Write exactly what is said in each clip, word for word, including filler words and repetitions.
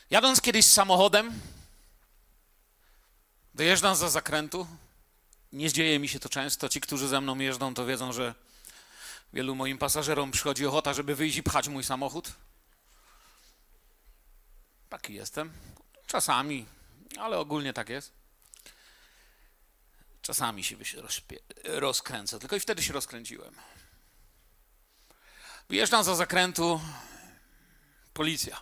Jadąc kiedyś samochodem, wyjeżdżam za zakrętu. Nie dzieje mi się to często. Ci, którzy ze mną jeżdżą, to wiedzą, że wielu moim pasażerom przychodzi ochota, żeby wyjść i pchać mój samochód. Taki jestem. Czasami, ale ogólnie tak jest. Czasami się się rozpie- rozkręcę, tylko i wtedy się rozkręciłem. Wyjeżdżam za zakrętu, policja.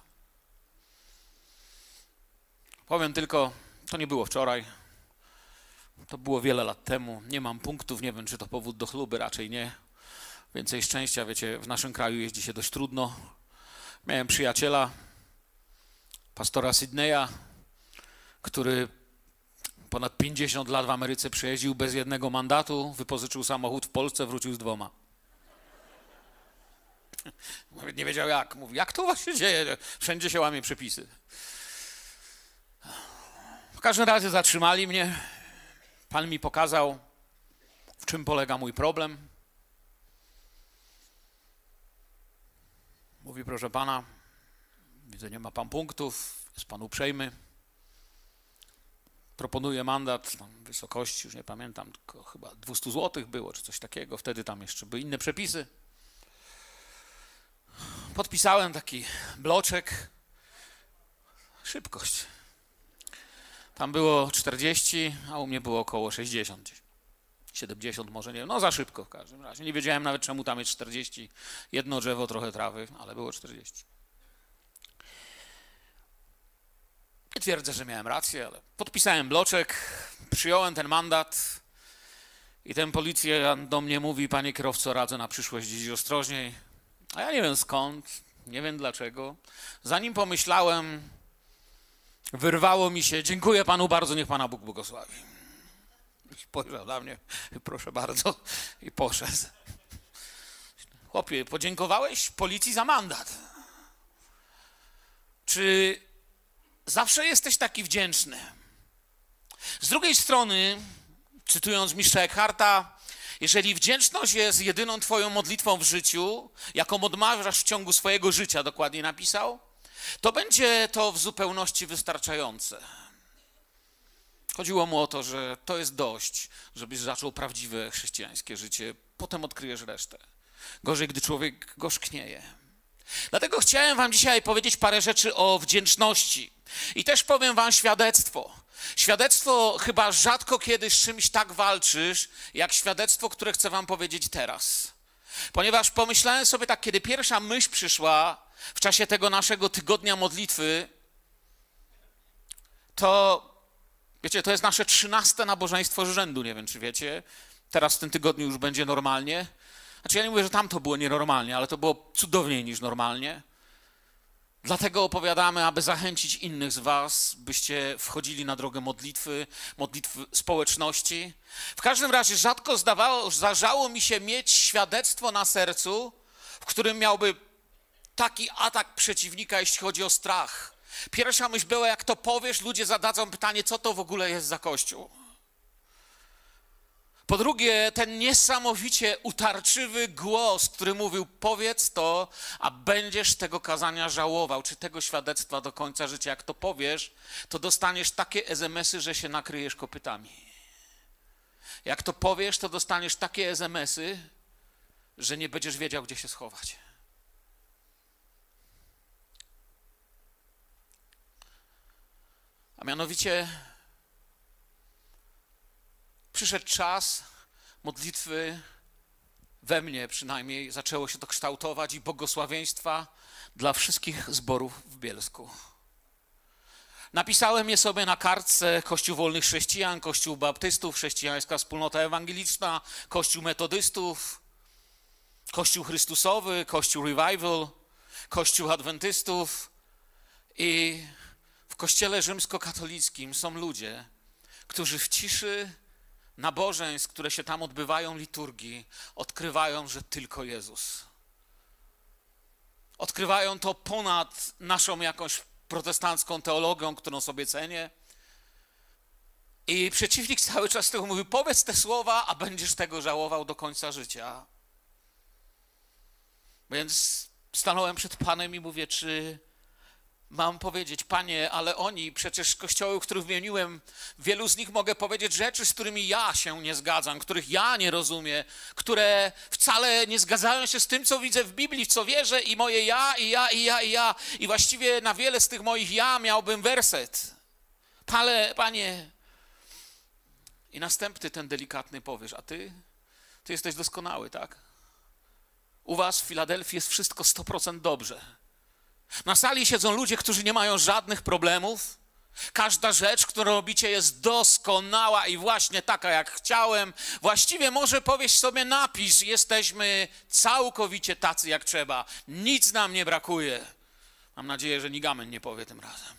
Powiem tylko, to nie było wczoraj, to było wiele lat temu. Nie mam punktów, nie wiem, czy to powód do chluby, raczej nie. Więcej szczęścia, wiecie, w naszym kraju jeździ się dość trudno. Miałem przyjaciela, pastora Sydneya, który ponad pięćdziesiąt lat w Ameryce przejeździł bez jednego mandatu, wypożyczył samochód w Polsce, wrócił z dwoma. Nawet nie wiedział jak. Mówi, jak to u was się dzieje? Wszędzie się łamie przepisy. W każdym razie zatrzymali mnie. Pan mi pokazał, w czym polega mój problem. Mówi, proszę pana, widzę, nie ma pan punktów, jest pan uprzejmy. Proponuję mandat tam wysokości, już nie pamiętam, tylko chyba dwieście złotych było, czy coś takiego. Wtedy tam jeszcze były inne przepisy. Podpisałem taki bloczek. Szybkość. Tam było czterdzieści, a u mnie było około sześćdziesiąt. siedemdziesiąt może, nie wiem. No za szybko w każdym razie. Nie wiedziałem nawet, czemu tam jest czterdzieści. Jedno drzewo, trochę trawy, ale było czterdzieści. Nie twierdzę, że miałem rację, ale podpisałem bloczek, przyjąłem ten mandat i ten policjant do mnie mówi, panie kierowco, radzę na przyszłość jeździć ostrożniej. A ja nie wiem skąd, nie wiem dlaczego. Zanim pomyślałem, wyrwało mi się, dziękuję panu bardzo, niech pana Bóg błogosławi. I spojrzał na mnie, proszę bardzo, i poszedł. Chłopie, podziękowałeś policji za mandat. Czy zawsze jesteś taki wdzięczny? Z drugiej strony, cytując mistrza Eckharta, jeżeli wdzięczność jest jedyną twoją modlitwą w życiu, jaką odmawiasz w ciągu swojego życia, dokładnie napisał, to będzie to w zupełności wystarczające. Chodziło mu o to, że to jest dość, żebyś zaczął prawdziwe chrześcijańskie życie, potem odkryjesz resztę. Gorzej, gdy człowiek gorzknieje. Dlatego chciałem wam dzisiaj powiedzieć parę rzeczy o wdzięczności. I też powiem wam świadectwo. Świadectwo chyba rzadko kiedy z czymś tak walczysz, jak świadectwo, które chcę wam powiedzieć teraz. Ponieważ pomyślałem sobie tak, kiedy pierwsza myśl przyszła w czasie tego naszego tygodnia modlitwy, to wiecie, to jest nasze trzynaste nabożeństwo z rzędu, nie wiem czy wiecie. Teraz w tym tygodniu już będzie normalnie. Znaczy ja nie mówię, że tam to było nienormalnie, ale to było cudowniej niż normalnie. Dlatego opowiadamy, aby zachęcić innych z was, byście wchodzili na drogę modlitwy, modlitwy społeczności. W każdym razie rzadko zdawało, zdarzało mi się mieć świadectwo na sercu, w którym miałby taki atak przeciwnika, jeśli chodzi o strach. Pierwsza myśl była, jak to powiesz, ludzie zadadzą pytanie, co to w ogóle jest za kościół. Po drugie, ten niesamowicie utarczywy głos, który mówił, powiedz to, a będziesz tego kazania żałował, czy tego świadectwa do końca życia. Jak to powiesz, to dostaniesz takie es em esy, że się nakryjesz kopytami. Jak to powiesz, to dostaniesz takie es em esy, że nie będziesz wiedział, gdzie się schować. A mianowicie przyszedł czas modlitwy, we mnie przynajmniej zaczęło się to kształtować i błogosławieństwa dla wszystkich zborów w Bielsku. Napisałem je sobie na kartce: Kościół Wolnych Chrześcijan, Kościół Baptystów, Chrześcijańska Wspólnota Ewangeliczna, Kościół Metodystów, Kościół Chrystusowy, Kościół Revival, Kościół Adwentystów. I w Kościele Rzymskokatolickim są ludzie, którzy w ciszy nabożeństw, które się tam odbywają, liturgii, odkrywają, że tylko Jezus. Odkrywają to ponad naszą jakąś protestancką teologią, którą sobie cenię. I przeciwnik cały czas tego mówi, powiedz te słowa, a będziesz tego żałował do końca życia. Więc stanąłem przed Panem i mówię, czy mam powiedzieć, Panie, ale oni, przecież kościoły, których wymieniłem, wielu z nich mogę powiedzieć rzeczy, z którymi ja się nie zgadzam, których ja nie rozumiem, które wcale nie zgadzają się z tym, co widzę w Biblii, w co wierzę i moje ja, i ja, i ja, i ja. I właściwie na wiele z tych moich ja miałbym werset. Pale, Panie, i następny ten delikatny powiesz, a Ty, Ty jesteś doskonały, tak? U was w Filadelfii jest wszystko sto procent dobrze. Na sali siedzą ludzie, którzy nie mają żadnych problemów. Każda rzecz, którą robicie, jest doskonała i właśnie taka, jak chciałem. Właściwie może powiesz sobie, napisz, jesteśmy całkowicie tacy, jak trzeba. Nic nam nie brakuje. Mam nadzieję, że nikt amen nie powie tym razem.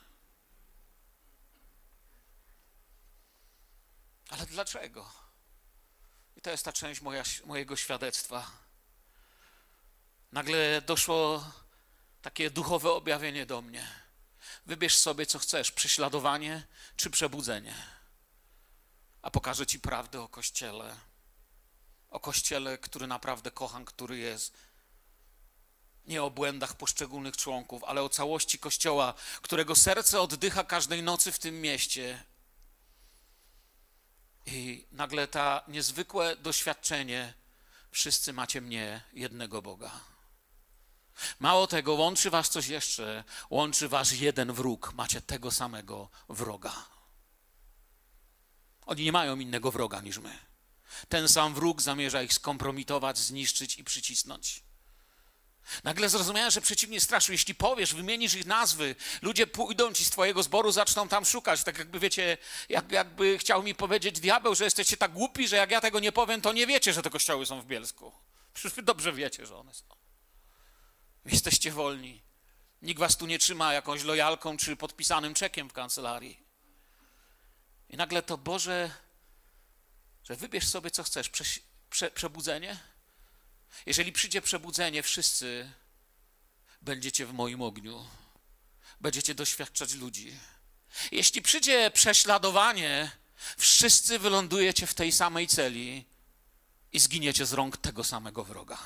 Ale dlaczego? I to jest ta część moja, mojego świadectwa. Nagle doszło takie duchowe objawienie do mnie. Wybierz sobie, co chcesz, prześladowanie czy przebudzenie. A pokażę ci prawdę o Kościele. O Kościele, który naprawdę kocham, który jest. Nie o błędach poszczególnych członków, ale o całości Kościoła, którego serce oddycha każdej nocy w tym mieście. I nagle ta niezwykłe doświadczenie, wszyscy macie mnie, jednego Boga. Mało tego, łączy was coś jeszcze, łączy was jeden wróg, macie tego samego wroga. Oni nie mają innego wroga niż my. Ten sam wróg zamierza ich skompromitować, zniszczyć i przycisnąć. Nagle zrozumiałem, że przeciwnie straszył. Jeśli powiesz, wymienisz ich nazwy, ludzie pójdą ci z twojego zboru, zaczną tam szukać. Tak jakby wiecie, jak, jakby chciał mi powiedzieć diabeł, że jesteście tak głupi, że jak ja tego nie powiem, to nie wiecie, że te kościoły są w Bielsku. Przecież wy dobrze wiecie, że one są. Jesteście wolni. Nikt was tu nie trzyma jakąś lojalką czy podpisanym czekiem w kancelarii. I nagle to Boże, że wybierz sobie, co chcesz. Prze, prze, przebudzenie? Jeżeli przyjdzie przebudzenie, wszyscy będziecie w moim ogniu. Będziecie doświadczać ludzi. Jeśli przyjdzie prześladowanie, wszyscy wylądujecie w tej samej celi i zginiecie z rąk tego samego wroga.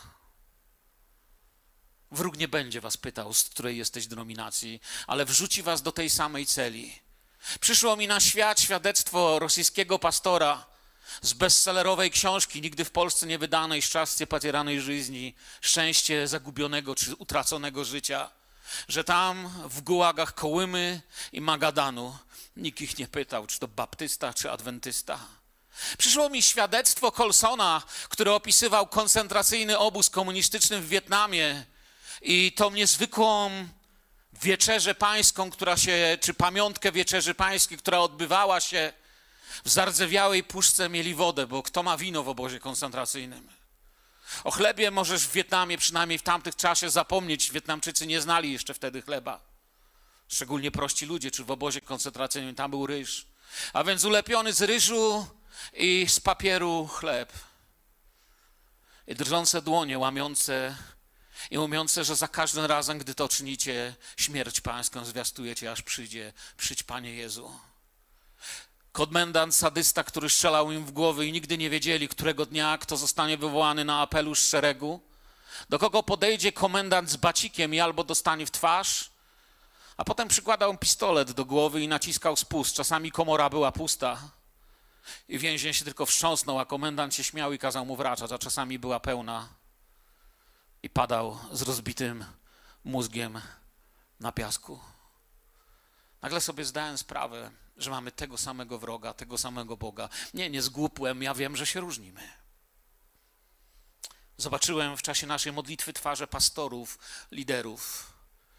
Wróg nie będzie was pytał, z której jesteś denominacji, ale wrzuci was do tej samej celi. Przyszło mi na świat świadectwo rosyjskiego pastora z bestsellerowej książki, nigdy w Polsce nie wydanej, Szczęście potieranej żyzni, Szczęście zagubionego czy utraconego życia, że tam w gułagach Kołymy i Magadanu nikt ich nie pytał, czy to baptysta, czy adwentysta. Przyszło mi świadectwo Colsona, który opisywał koncentracyjny obóz komunistyczny w Wietnamie i tą niezwykłą wieczerzę pańską, która się, czy pamiątkę wieczerzy pańskiej, która odbywała się w zardzewiałej puszce mieli wodę, bo kto ma wino w obozie koncentracyjnym? O chlebie możesz w Wietnamie, przynajmniej w tamtych czasie, zapomnieć. Wietnamczycy nie znali jeszcze wtedy chleba. Szczególnie prości ludzie, czy w obozie koncentracyjnym, tam był ryż. A więc ulepiony z ryżu i z papieru chleb. I drżące dłonie, łamiące i mówiące, że za każdym razem, gdy to czynicie, śmierć pańską zwiastujecie, aż przyjdzie. Przyjdź, Panie Jezu. Komendant sadysta, który strzelał im w głowy i nigdy nie wiedzieli, którego dnia kto zostanie wywołany na apelu z szeregu. Do kogo podejdzie komendant z bacikiem i albo dostanie w twarz, a potem przykładał pistolet do głowy i naciskał spust. Czasami komora była pusta i więzień się tylko wstrząsnął, a komendant się śmiał i kazał mu wracać, a czasami była pełna i padał z rozbitym mózgiem na piasku. Nagle sobie zdałem sprawę, że mamy tego samego wroga, tego samego Boga. Nie, nie zgłupłem, ja wiem, że się różnimy. Zobaczyłem w czasie naszej modlitwy twarze pastorów, liderów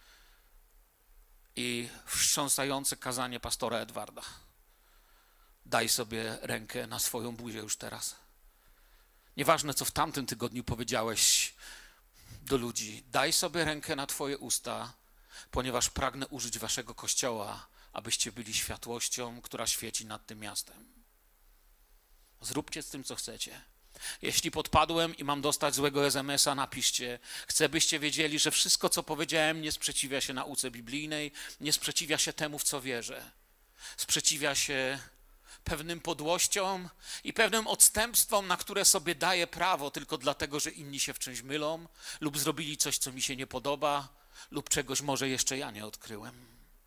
i wstrząsające kazanie pastora Edwarda. Daj sobie rękę na swoją buzię już teraz. Nieważne, co w tamtym tygodniu powiedziałeś do ludzi. Daj sobie rękę na twoje usta, ponieważ pragnę użyć waszego Kościoła, abyście byli światłością, która świeci nad tym miastem. Zróbcie z tym, co chcecie. Jeśli podpadłem i mam dostać złego es em es a, napiszcie. Chcę, byście wiedzieli, że wszystko, co powiedziałem, nie sprzeciwia się nauce biblijnej, nie sprzeciwia się temu, w co wierzę. Sprzeciwia się pewnym podłościom i pewnym odstępstwom, na które sobie daję prawo tylko dlatego, że inni się w czymś mylą lub zrobili coś, co mi się nie podoba lub czegoś może jeszcze ja nie odkryłem.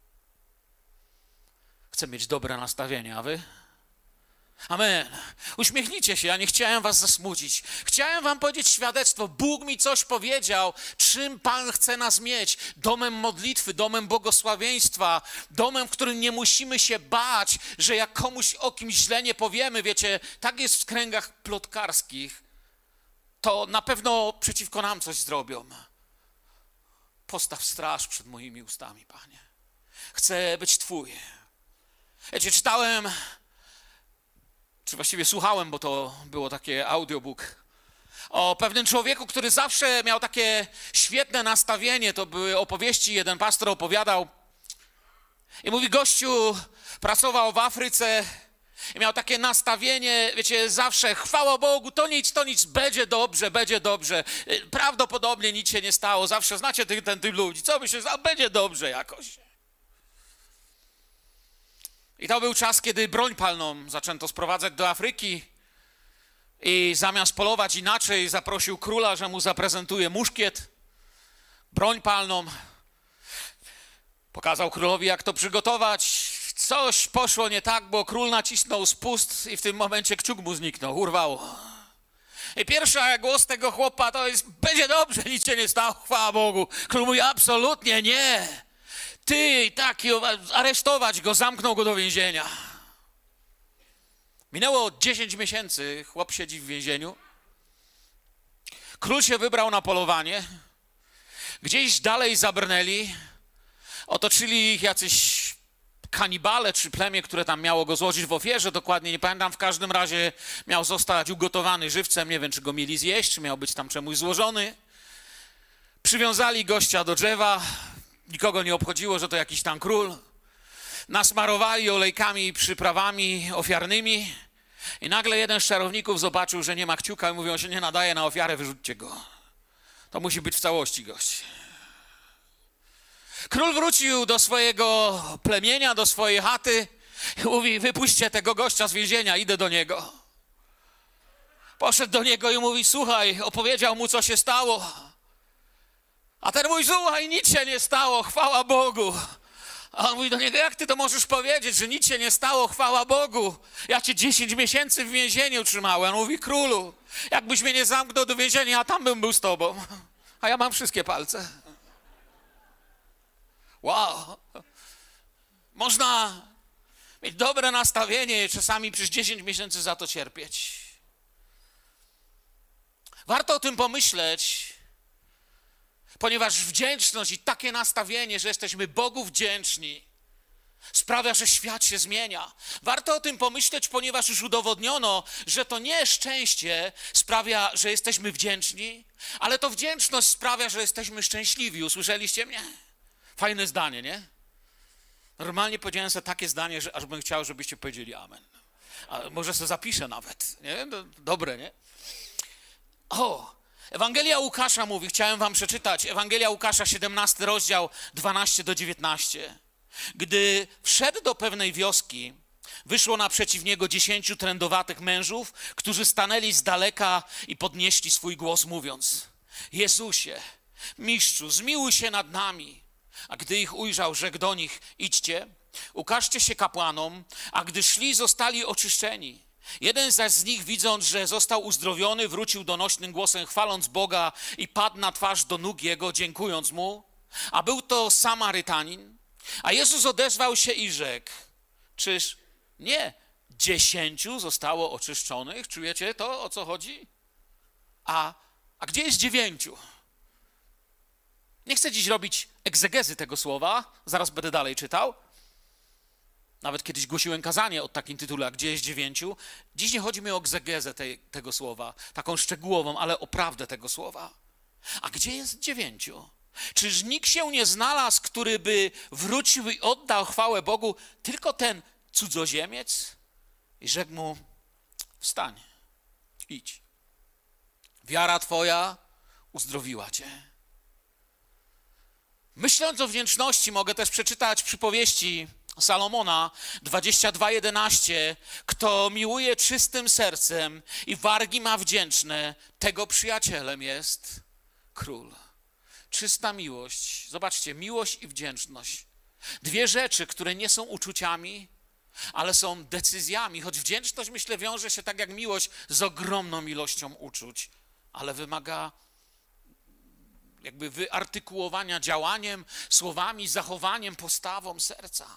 Chcę mieć dobre nastawienie, a wy? Amen. Uśmiechnijcie się, ja nie chciałem was zasmucić. Chciałem wam powiedzieć świadectwo. Bóg mi coś powiedział, czym Pan chce nas mieć. Domem modlitwy, domem błogosławieństwa, domem, w którym nie musimy się bać, że jak komuś o kimś źle nie powiemy, wiecie, tak jest w kręgach plotkarskich, to na pewno przeciwko nam coś zrobią. Postaw straż przed moimi ustami, Panie. Chcę być Twój. Wiecie, czytałem, czy właściwie słuchałem, bo to było takie audiobook, o pewnym człowieku, który zawsze miał takie świetne nastawienie. To były opowieści, jeden pastor opowiadał i mówi, gościu pracował w Afryce i miał takie nastawienie, wiecie, zawsze chwała Bogu, to nic, to nic, będzie dobrze, będzie dobrze. Prawdopodobnie nic się nie stało, zawsze znacie tych, ten, tych ludzi, co by się stało, będzie dobrze jakoś. I to był czas, kiedy broń palną zaczęto sprowadzać do Afryki i zamiast polować inaczej, zaprosił króla, że mu zaprezentuje muszkiet, broń palną. Pokazał królowi, jak to przygotować. Coś poszło nie tak, bo król nacisnął spust i w tym momencie kciuk mu zniknął, urwało. I pierwszy głos tego chłopa to jest, będzie dobrze, nic się nie stało, chwała Bogu. Król mówi, absolutnie nie. Ty, taki, aresztować go, zamknął go do więzienia. Minęło dziesięć miesięcy, chłop siedzi w więzieniu. Król się wybrał na polowanie. Gdzieś dalej zabrnęli. Otoczyli ich jacyś kanibale czy plemię, które tam miało go złożyć w ofierze, dokładnie nie pamiętam. W każdym razie miał zostać ugotowany żywcem. Nie wiem, czy go mieli zjeść, czy miał być tam czemuś złożony. Przywiązali gościa do drzewa. Nikogo nie obchodziło, że to jakiś tam król. Nasmarowali olejkami i przyprawami ofiarnymi i nagle jeden z czarowników zobaczył, że nie ma kciuka i mówią, on się nie nadaje na ofiarę, wyrzućcie go. To musi być w całości gość. Król wrócił do swojego plemienia, do swojej chaty i mówi, wypuśćcie tego gościa z więzienia, idę do niego. Poszedł do niego i mówi, słuchaj, opowiedział mu, co się stało. A ten mówi, słuchaj, nic się nie stało, chwała Bogu. A on mówi do niego, jak ty to możesz powiedzieć, że nic się nie stało, chwała Bogu. Ja cię dziesięć miesięcy w więzieniu trzymałem. On mówi, królu, jakbyś mnie nie zamknął do więzienia, a tam bym był z tobą. A ja mam wszystkie palce. Wow. Można mieć dobre nastawienie, czasami przez dziesięć miesięcy za to cierpieć. Warto o tym pomyśleć, ponieważ wdzięczność i takie nastawienie, że jesteśmy Bogu wdzięczni, sprawia, że świat się zmienia. Warto o tym pomyśleć, ponieważ już udowodniono, że to nie szczęście sprawia, że jesteśmy wdzięczni, ale to wdzięczność sprawia, że jesteśmy szczęśliwi. Usłyszeliście mnie? Fajne zdanie, nie? Normalnie powiedziałem sobie takie zdanie, że aż bym chciał, żebyście powiedzieli amen. A może sobie zapiszę nawet. Nie? Dobre, nie? O! Ewangelia Łukasza mówi, chciałem wam przeczytać, Ewangelia Łukasza, siedemnasty rozdział, dwanaście do dziewiętnastu. Gdy wszedł do pewnej wioski, wyszło naprzeciw niego dziesięciu trędowatych mężów, którzy stanęli z daleka i podnieśli swój głos, mówiąc, Jezusie, mistrzu, zmiłuj się nad nami. A gdy ich ujrzał, rzekł do nich, idźcie, ukażcie się kapłanom, a gdy szli, zostali oczyszczeni. Jeden zaś z nich, widząc, że został uzdrowiony, wrócił donośnym głosem, chwaląc Boga i padł na twarz do nóg Jego, dziękując Mu. A był to Samarytanin. A Jezus odezwał się i rzekł, czyż nie dziesięciu zostało oczyszczonych? Czujecie to, o co chodzi? A, a gdzie jest dziewięciu? Nie chcę dziś robić egzegezy tego słowa, zaraz będę dalej czytał. Nawet kiedyś głosiłem kazanie o takim tytule, gdzie jest dziewięciu. Dziś nie chodzi mi o egzegezę tej, tego słowa, taką szczegółową, ale o prawdę tego słowa. A gdzie jest dziewięciu? Czyż nikt się nie znalazł, który by wrócił i oddał chwałę Bogu, tylko ten cudzoziemiec? I rzekł mu, wstań, idź. Wiara twoja uzdrowiła cię. Myśląc o wdzięczności, mogę też przeczytać przypowieści Salomona dwadzieścia dwa jedenaście. Kto miłuje czystym sercem i wargi ma wdzięczne, tego przyjacielem jest król. czysta miłość. Zobaczcie, miłość i wdzięczność. Dwie rzeczy, które nie są uczuciami, ale są decyzjami. Choć wdzięczność, myślę, wiąże się tak jak miłość z ogromną ilością uczuć, ale wymaga jakby wyartykułowania działaniem, słowami, zachowaniem, postawą serca.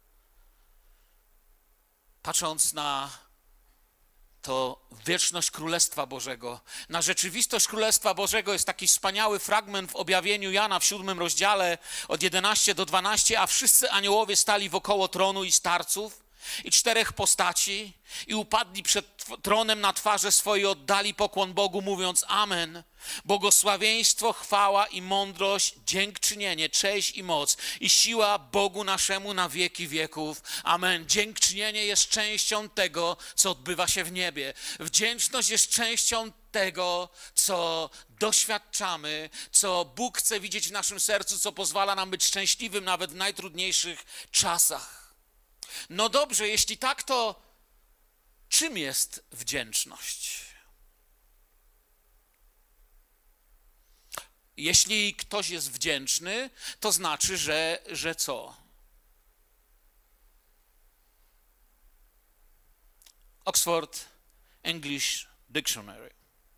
Patrząc na to wieczność Królestwa Bożego, na rzeczywistość Królestwa Bożego, jest taki wspaniały fragment w objawieniu Jana w siódmym rozdziale od jedenastego do dwunastego, a wszyscy aniołowie stali wokoło tronu i starców i czterech postaci i upadli przed tronem na twarze swoje i oddali pokłon Bogu, mówiąc amen. Błogosławieństwo, chwała i mądrość, dziękczynienie, cześć i moc i siła Bogu naszemu na wieki wieków. Amen. Dziękczynienie jest częścią tego, co odbywa się w niebie. Wdzięczność jest częścią tego, co doświadczamy, co Bóg chce widzieć w naszym sercu, co pozwala nam być szczęśliwym nawet w najtrudniejszych czasach. No dobrze, jeśli tak, to czym jest wdzięczność? Jeśli ktoś jest wdzięczny, to znaczy, że, że co? Oxford English Dictionary.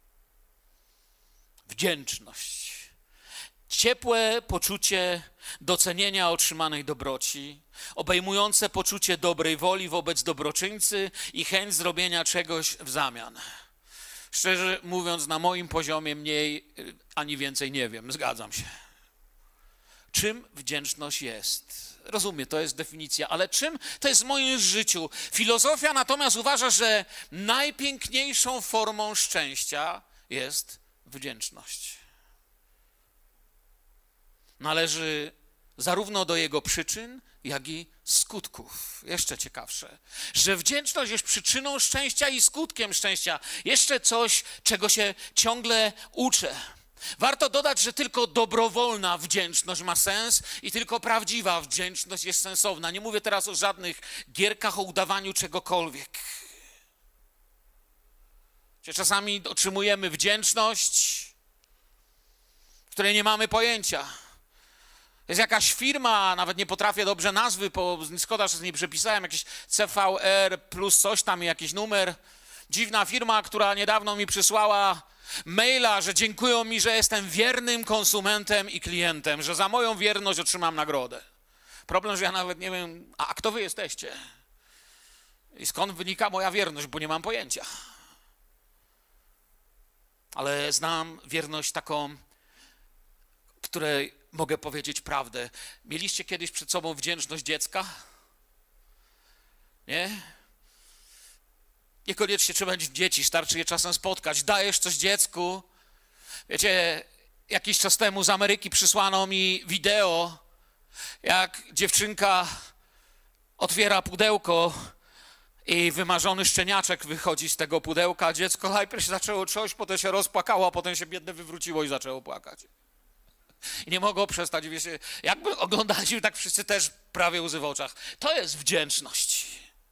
Wdzięczność. Ciepłe poczucie docenienia otrzymanej dobroci, obejmujące poczucie dobrej woli wobec dobroczyńcy i chęć zrobienia czegoś w zamian. Szczerze mówiąc, na moim poziomie mniej ani więcej nie wiem, zgadzam się. Czym wdzięczność jest? Rozumiem, to jest definicja, ale czym to jest w moim życiu? Filozofia natomiast uważa, że najpiękniejszą formą szczęścia jest wdzięczność. Należy zarówno do jego przyczyn, jak i skutków. Jeszcze ciekawsze, że wdzięczność jest przyczyną szczęścia i skutkiem szczęścia. Jeszcze coś, czego się ciągle uczę. Warto dodać, że tylko dobrowolna wdzięczność ma sens i tylko prawdziwa wdzięczność jest sensowna. Nie mówię teraz o żadnych gierkach, o udawaniu czegokolwiek. Czasami otrzymujemy wdzięczność, której nie mamy pojęcia. Jest jakaś firma, nawet nie potrafię dobrze nazwy, bo szkoda, że z niej przepisałem, jakiś C V R plus coś tam, jakiś numer. Dziwna firma, która niedawno mi przysłała maila, że dziękują mi, że jestem wiernym konsumentem i klientem, że za moją wierność otrzymam nagrodę. Problem, że ja nawet nie wiem, a kto wy jesteście? I skąd wynika moja wierność, bo nie mam pojęcia. Ale znam wierność taką, której mogę powiedzieć prawdę. Mieliście kiedyś przed sobą wdzięczność dziecka? Nie? Niekoniecznie trzeba mieć dzieci, starczy je czasem spotkać. Dajesz coś dziecku. Wiecie, jakiś czas temu z Ameryki przysłano mi wideo, jak dziewczynka otwiera pudełko i wymarzony szczeniaczek wychodzi z tego pudełka. Dziecko najpierw się zaczęło trząść, potem się rozpłakało, a potem się biedne wywróciło i zaczęło płakać. I nie mogło przestać, wiecie, jakby oglądali, tak wszyscy też prawie łzy w oczach. To jest wdzięczność.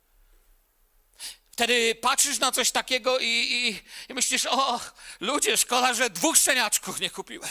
Wtedy patrzysz na coś takiego i, i, i myślisz, o ludzie, szkoda, że dwóch szczeniaczków nie kupiłem.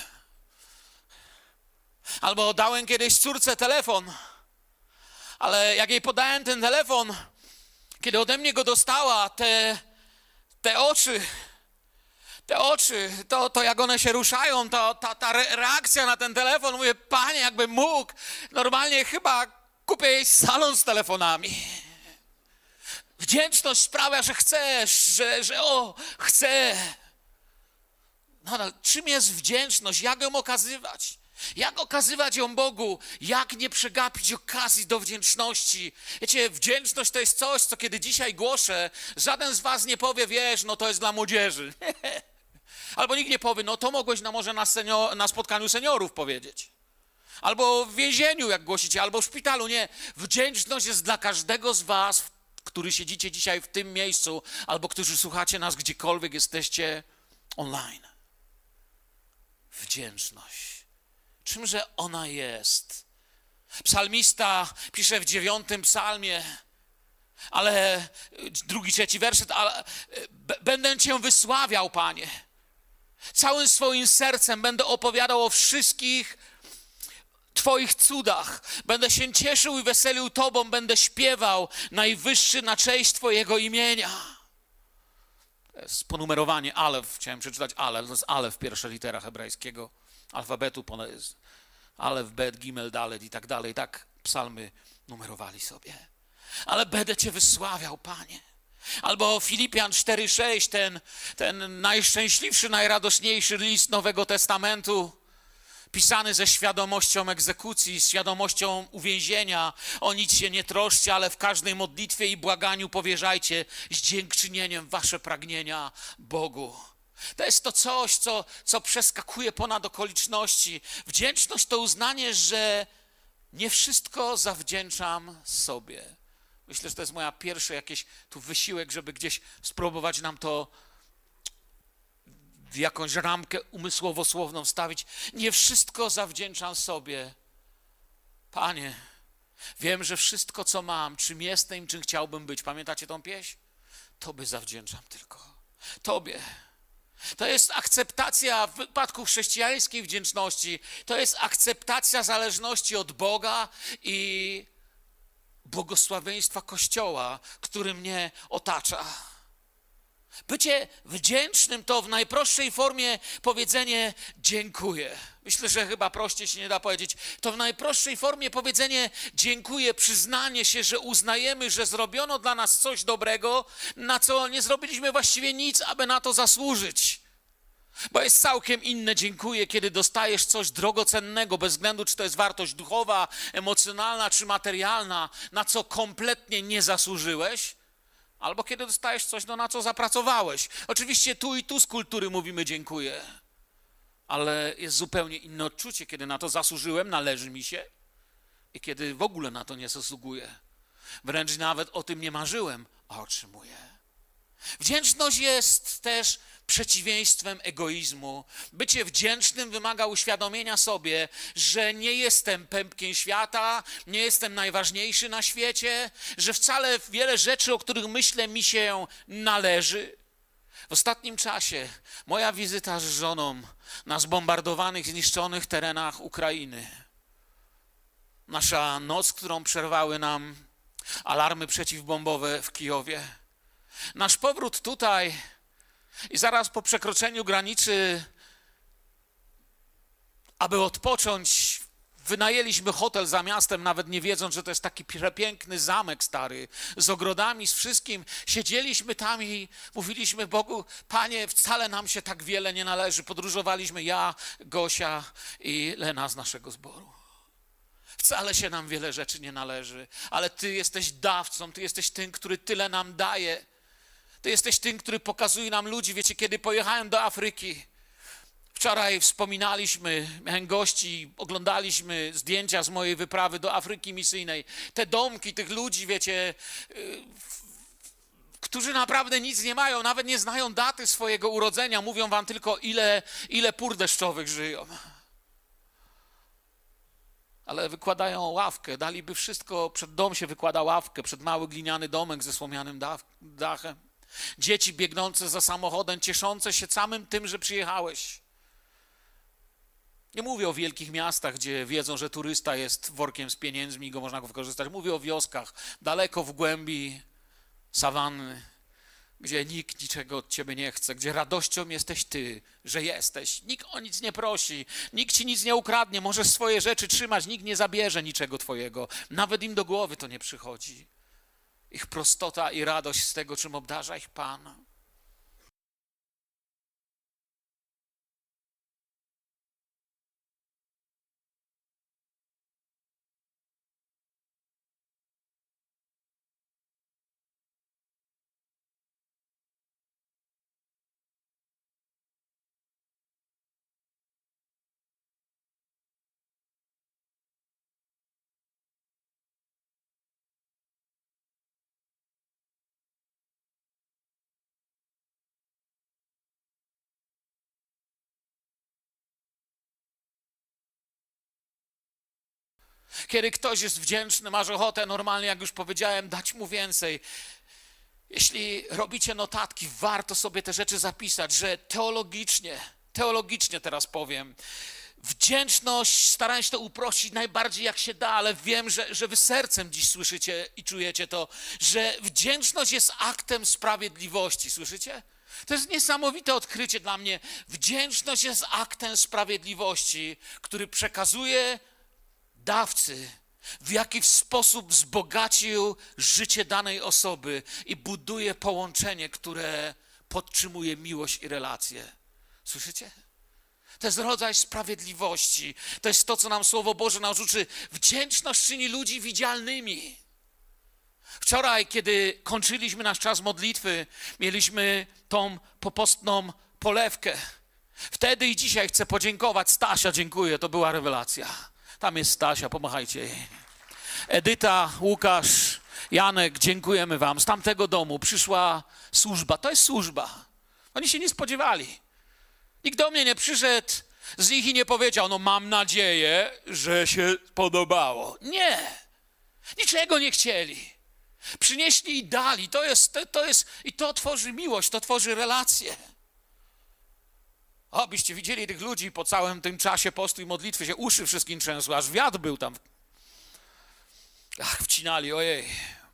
Albo dałem kiedyś córce telefon, ale jak jej podałem ten telefon, kiedy ode mnie go dostała, te, te oczy... Te oczy, to, to jak one się ruszają, to, ta, ta reakcja na ten telefon, mówię, Panie, jakbym mógł, normalnie chyba kupię jej salon z telefonami. Wdzięczność sprawia, że chcesz, że, że o, chcę. No, no, czym jest wdzięczność? Jak ją okazywać? Jak okazywać ją Bogu? Jak nie przegapić okazji do wdzięczności? Wiecie, wdzięczność to jest coś, co kiedy dzisiaj głoszę, żaden z was nie powie, wiesz, no to jest dla młodzieży. Albo nikt nie powie, no to mogłeś na może na, senior, na spotkaniu seniorów powiedzieć. Albo w więzieniu, jak głosicie, albo w szpitalu. Nie, wdzięczność jest dla każdego z was, którzy siedzicie dzisiaj w tym miejscu, albo którzy słuchacie nas gdziekolwiek jesteście online. Wdzięczność. Czymże ona jest? Psalmista pisze w dziewiątym psalmie, ale drugi, trzeci werset, ale będę Cię wysławiał, Panie. Całym swoim sercem będę opowiadał o wszystkich Twoich cudach. Będę się cieszył i weselił Tobą, będę śpiewał najwyższy na cześć Twojego imienia. To jest ponumerowanie Alef. Chciałem przeczytać Alef. To jest Alef, pierwsza litera hebrajskiego alfabetu. Alef, Bet, Gimel, Dalet i tak dalej. Tak psalmy numerowali sobie. Ale będę Cię wysławiał, Panie. Albo Filipian cztery sześć, ten, ten najszczęśliwszy, najradośniejszy list Nowego Testamentu, pisany ze świadomością egzekucji, z świadomością uwięzienia. O nic się nie troszcie, ale w każdej modlitwie i błaganiu powierzajcie z dziękczynieniem wasze pragnienia Bogu. To jest to coś, co, co przeskakuje ponad okoliczności. Wdzięczność to uznanie, że nie wszystko zawdzięczam sobie. Myślę, że to jest moja pierwsza jakiś tu wysiłek, żeby gdzieś spróbować nam to w jakąś ramkę umysłowo-słowną wstawić. Nie wszystko zawdzięczam sobie. Panie, wiem, że wszystko, co mam, czym jestem, czym chciałbym być, pamiętacie tą pieśń? Tobie zawdzięczam tylko. Tobie. To jest akceptacja w wypadku chrześcijańskiej wdzięczności. To jest akceptacja zależności od Boga i błogosławieństwa Kościoła, który mnie otacza. Bycie wdzięcznym to w najprostszej formie powiedzenie dziękuję. Myślę, że chyba prościej się nie da powiedzieć. To w najprostszej formie powiedzenie dziękuję, przyznanie się, że uznajemy, że zrobiono dla nas coś dobrego, na co nie zrobiliśmy właściwie nic, aby na to zasłużyć. Bo jest całkiem inne dziękuję, kiedy dostajesz coś drogocennego, bez względu czy to jest wartość duchowa, emocjonalna czy materialna, na co kompletnie nie zasłużyłeś, albo kiedy dostajesz coś, no, na co zapracowałeś. Oczywiście tu i tu z kultury mówimy dziękuję, ale jest zupełnie inne odczucie, kiedy na to zasłużyłem, należy mi się i kiedy w ogóle na to nie zasługuję. Wręcz nawet o tym nie marzyłem, a otrzymuję. Wdzięczność jest też przeciwieństwem egoizmu. Bycie wdzięcznym wymaga uświadomienia sobie, że nie jestem pępkiem świata, nie jestem najważniejszy na świecie, że wcale wiele rzeczy, o których myślę, mi się należy. W ostatnim czasie moja wizyta z żoną na zbombardowanych, zniszczonych terenach Ukrainy, nasza noc, którą przerwały nam alarmy przeciwbombowe w Kijowie, nasz powrót tutaj i zaraz po przekroczeniu granicy, aby odpocząć, wynajęliśmy hotel za miastem, nawet nie wiedząc, że to jest taki przepiękny zamek stary, z ogrodami, z wszystkim. Siedzieliśmy tam i mówiliśmy Bogu, Panie, wcale nam się tak wiele nie należy. Podróżowaliśmy ja, Gosia i Lena z naszego zboru. Wcale się nam wiele rzeczy nie należy, ale Ty jesteś dawcą, Ty jesteś tym, który tyle nam daje. Ty jesteś tym, który pokazuje nam ludzi. Wiecie, kiedy pojechałem do Afryki, wczoraj wspominaliśmy, miałem gości, oglądaliśmy zdjęcia z mojej wyprawy do Afryki misyjnej. Te domki tych ludzi, wiecie, yy, którzy naprawdę nic nie mają, nawet nie znają daty swojego urodzenia, mówią wam tylko, ile, ile pór deszczowych żyją. Ale wykładają ławkę, daliby wszystko, przed dom się wykłada ławkę, przed mały gliniany domek ze słomianym dachem. Dzieci biegnące za samochodem, cieszące się samym tym, że przyjechałeś. Nie mówię o wielkich miastach, gdzie wiedzą, że turysta jest workiem z pieniędzmi i go można go wykorzystać. Mówię o wioskach, daleko w głębi sawanny, gdzie nikt niczego od ciebie nie chce, gdzie radością jesteś ty, że jesteś. Nikt o nic nie prosi, nikt ci nic nie ukradnie, możesz swoje rzeczy trzymać, nikt nie zabierze niczego twojego. Nawet im do głowy to nie przychodzi. Ich prostota i radość z tego, czym obdarza ich Pan. Kiedy ktoś jest wdzięczny, masz ochotę normalnie, jak już powiedziałem, dać mu więcej. Jeśli robicie notatki, warto sobie te rzeczy zapisać, że teologicznie, teologicznie teraz powiem. Wdzięczność, starałem się to uprościć najbardziej jak się da, ale wiem, że, że wy sercem dziś słyszycie i czujecie to, że wdzięczność jest aktem sprawiedliwości, słyszycie? To jest niesamowite odkrycie dla mnie. Wdzięczność jest aktem sprawiedliwości, który przekazuje dawcy, w jaki sposób wzbogacił życie danej osoby i buduje połączenie, które podtrzymuje miłość i relacje. Słyszycie? To jest rodzaj sprawiedliwości. To jest to, co nam Słowo Boże nas uczy. Wdzięczność czyni ludzi widzialnymi. Wczoraj, kiedy kończyliśmy nasz czas modlitwy, mieliśmy tą popostną polewkę. Wtedy i dzisiaj chcę podziękować. Stasia, dziękuję, to była rewelacja. Tam jest Stasia, pomachajcie jej. Edyta, Łukasz, Janek, dziękujemy wam. Z tamtego domu przyszła służba. To jest służba. Oni się nie spodziewali. Nikt do mnie nie przyszedł z nich i nie powiedział, no mam nadzieję, że się podobało. Nie. Niczego nie chcieli. Przynieśli i dali. To jest, to, to jest, i to tworzy miłość, to tworzy relacje. O, byście widzieli tych ludzi po całym tym czasie postu i modlitwy, się uszy wszystkim trzęsły, aż wiatr był tam. Ach, wcinali, ojej.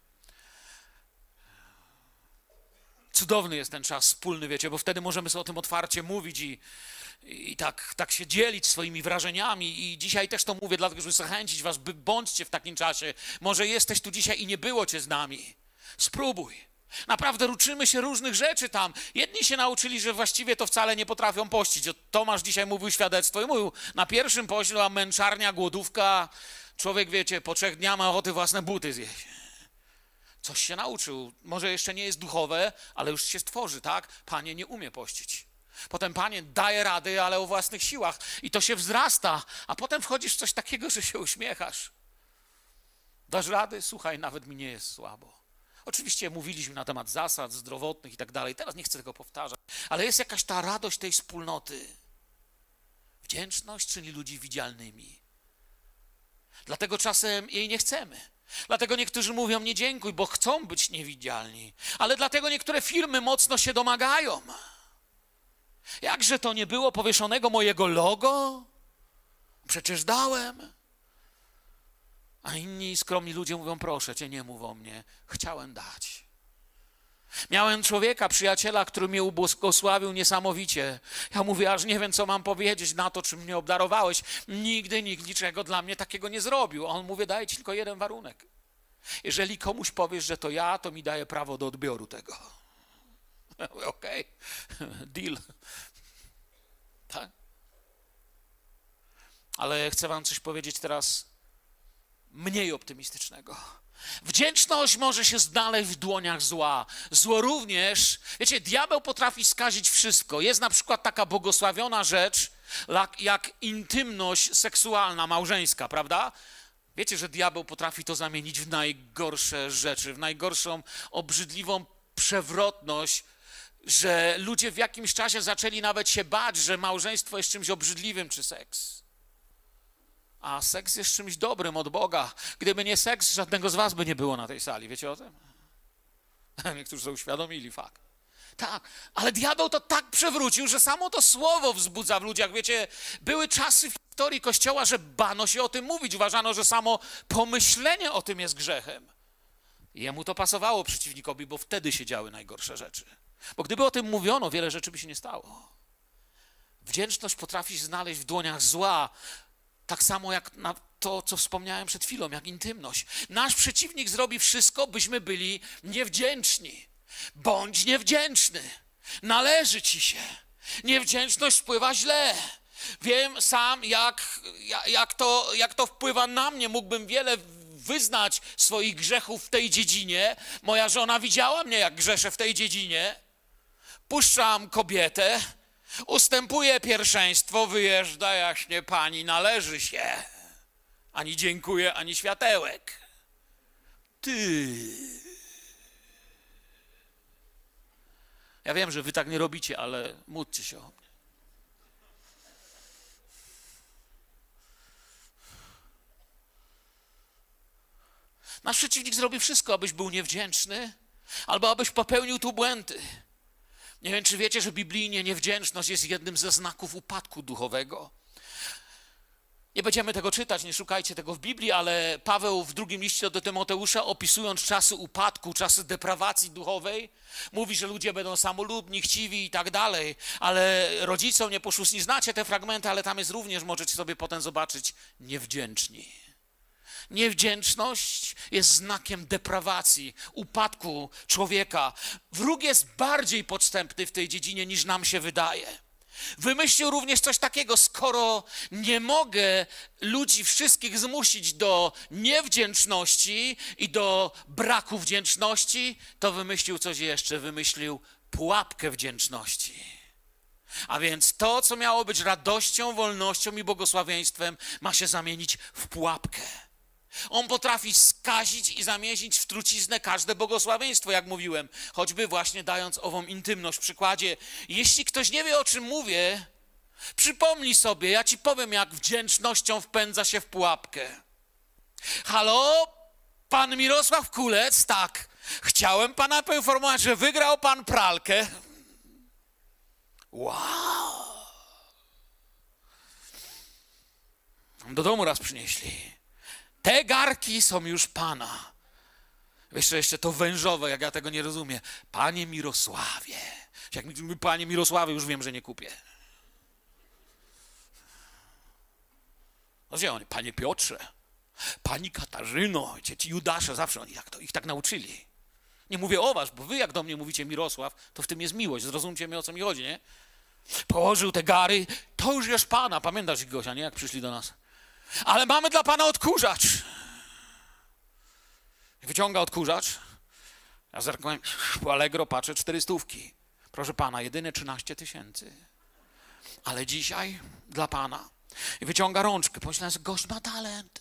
Cudowny jest ten czas wspólny, wiecie, bo wtedy możemy sobie o tym otwarcie mówić i, i tak, tak się dzielić swoimi wrażeniami. I dzisiaj też to mówię, dlatego żeby zachęcić was, by bądźcie w takim czasie. Może jesteś tu dzisiaj i nie było cię z nami. Spróbuj. Naprawdę uczymy się różnych rzeczy tam. Jedni się nauczyli, że właściwie to wcale nie potrafią pościć. Tomasz dzisiaj mówił świadectwo i mówił, na pierwszym poście była męczarnia, głodówka. Człowiek, wiecie, po trzech dniach ma ochotę własne buty zjeść. Coś się nauczył. Może jeszcze nie jest duchowe, ale już się stworzy, tak? Panie nie umie pościć. Potem Panie daje rady, ale o własnych siłach. I to się wzrasta. A potem wchodzisz w coś takiego, że się uśmiechasz. Dasz rady? Słuchaj, nawet mi nie jest słabo. Oczywiście mówiliśmy na temat zasad zdrowotnych i tak dalej. Teraz nie chcę tego powtarzać. Ale jest jakaś ta radość tej wspólnoty. Wdzięczność czyni ludzi widzialnymi. Dlatego czasem jej nie chcemy. Dlatego niektórzy mówią nie dziękuj, bo chcą być niewidzialni. Ale dlatego niektóre firmy mocno się domagają. Jakże to nie było powieszonego mojego logo? Przecież dałem. A inni skromni ludzie mówią, proszę cię, nie mów o mnie. Chciałem dać. Miałem człowieka, przyjaciela, który mnie ubłogosławił niesamowicie. Ja mówię, aż nie wiem, co mam powiedzieć na to, czym mnie obdarowałeś. Nigdy nikt niczego dla mnie takiego nie zrobił. A on mówi, daję ci tylko jeden warunek. Jeżeli komuś powiesz, że to ja, to mi daje prawo do odbioru tego. Okej, okay. Deal. Tak? Ale chcę wam coś powiedzieć teraz mniej optymistycznego. Wdzięczność może się znaleźć w dłoniach zła. Zło również, wiecie, diabeł potrafi skazić wszystko. Jest na przykład taka błogosławiona rzecz, jak, jak intymność seksualna, małżeńska, prawda? Wiecie, że diabeł potrafi to zamienić w najgorsze rzeczy, w najgorszą, obrzydliwą przewrotność, że ludzie w jakimś czasie zaczęli nawet się bać, że małżeństwo jest czymś obrzydliwym, czy seks. A seks jest czymś dobrym od Boga. Gdyby nie seks, żadnego z was by nie było na tej sali. Wiecie o tym? Niektórzy sobie uświadomili fakt. Tak, ale diabeł to tak przewrócił, że samo to słowo wzbudza w ludziach. Wiecie, były czasy w historii Kościoła, że bano się o tym mówić. Uważano, że samo pomyślenie o tym jest grzechem. I jemu to pasowało przeciwnikowi, bo wtedy się działy najgorsze rzeczy. Bo gdyby o tym mówiono, wiele rzeczy by się nie stało. Wdzięczność potrafi się znaleźć w dłoniach zła, tak samo jak na to, co wspomniałem przed chwilą, jak intymność. Nasz przeciwnik zrobi wszystko, byśmy byli niewdzięczni. Bądź niewdzięczny. Należy ci się. Niewdzięczność wpływa źle. Wiem sam, jak, jak, to, jak to wpływa na mnie. Mógłbym wiele wyznać swoich grzechów w tej dziedzinie. Moja żona widziała mnie, jak grzeszę w tej dziedzinie. Puszczam kobietę. Ustępuje pierwszeństwo, wyjeżdża, jaśnie pani, należy się. Ani dziękuję, ani światełek. Ty. Ja wiem, że wy tak nie robicie, ale módlcie się o mnie. Nasz przeciwnik zrobi wszystko, abyś był niewdzięczny, albo abyś popełnił tu błędy. Nie wiem, czy wiecie, że biblijnie niewdzięczność jest jednym ze znaków upadku duchowego. Nie będziemy tego czytać, nie szukajcie tego w Biblii, ale Paweł w drugim liście do Tymoteusza, opisując czasy upadku, czasy deprawacji duchowej, mówi, że ludzie będą samolubni, chciwi i tak dalej, ale rodzicom nieposłuszni. Znacie te fragmenty, ale tam jest również, możecie sobie potem zobaczyć, niewdzięczni. Niewdzięczność jest znakiem deprawacji, upadku człowieka. Wróg jest bardziej podstępny w tej dziedzinie, niż nam się wydaje. Wymyślił również coś takiego, skoro nie mogę ludzi wszystkich zmusić do niewdzięczności i do braku wdzięczności, to wymyślił coś jeszcze, wymyślił pułapkę wdzięczności. A więc to, co miało być radością, wolnością i błogosławieństwem, ma się zamienić w pułapkę. On potrafi skazić i zamieścić w truciznę każde błogosławieństwo, jak mówiłem, choćby właśnie dając ową intymność w przykładzie. Jeśli ktoś nie wie, o czym mówię, przypomnij sobie, ja ci powiem, jak wdzięcznością wpędza się w pułapkę. Halo, pan Mirosław Kulec, tak, chciałem pana poinformować, że wygrał pan pralkę. Wow. Do domu raz przynieśli. Te garki są już pana. Jeszcze, jeszcze to wężowe, jak ja tego nie rozumiem. Panie Mirosławie. Jak mi mówi panie Mirosławie, już wiem, że nie kupię. No gdzie oni? Panie Piotrze, pani Katarzyno, ci Judasze, zawsze oni jak to, ich tak nauczyli. Nie mówię o was, bo wy jak do mnie mówicie Mirosław, to w tym jest miłość. Zrozumcie mnie, o co mi chodzi, nie? Położył te gary, to już jest pana. Pamiętasz ich, Gosia, nie? Jak przyszli do nas. Ale mamy dla pana odkurzacz. Wyciąga odkurzacz. Ja zerknąłem po Allegro, patrzę, cztery stówki. Proszę pana, jedyne trzynaście tysięcy. Ale dzisiaj dla pana. I wyciąga rączkę. Pomyślałem, że gość ma talent.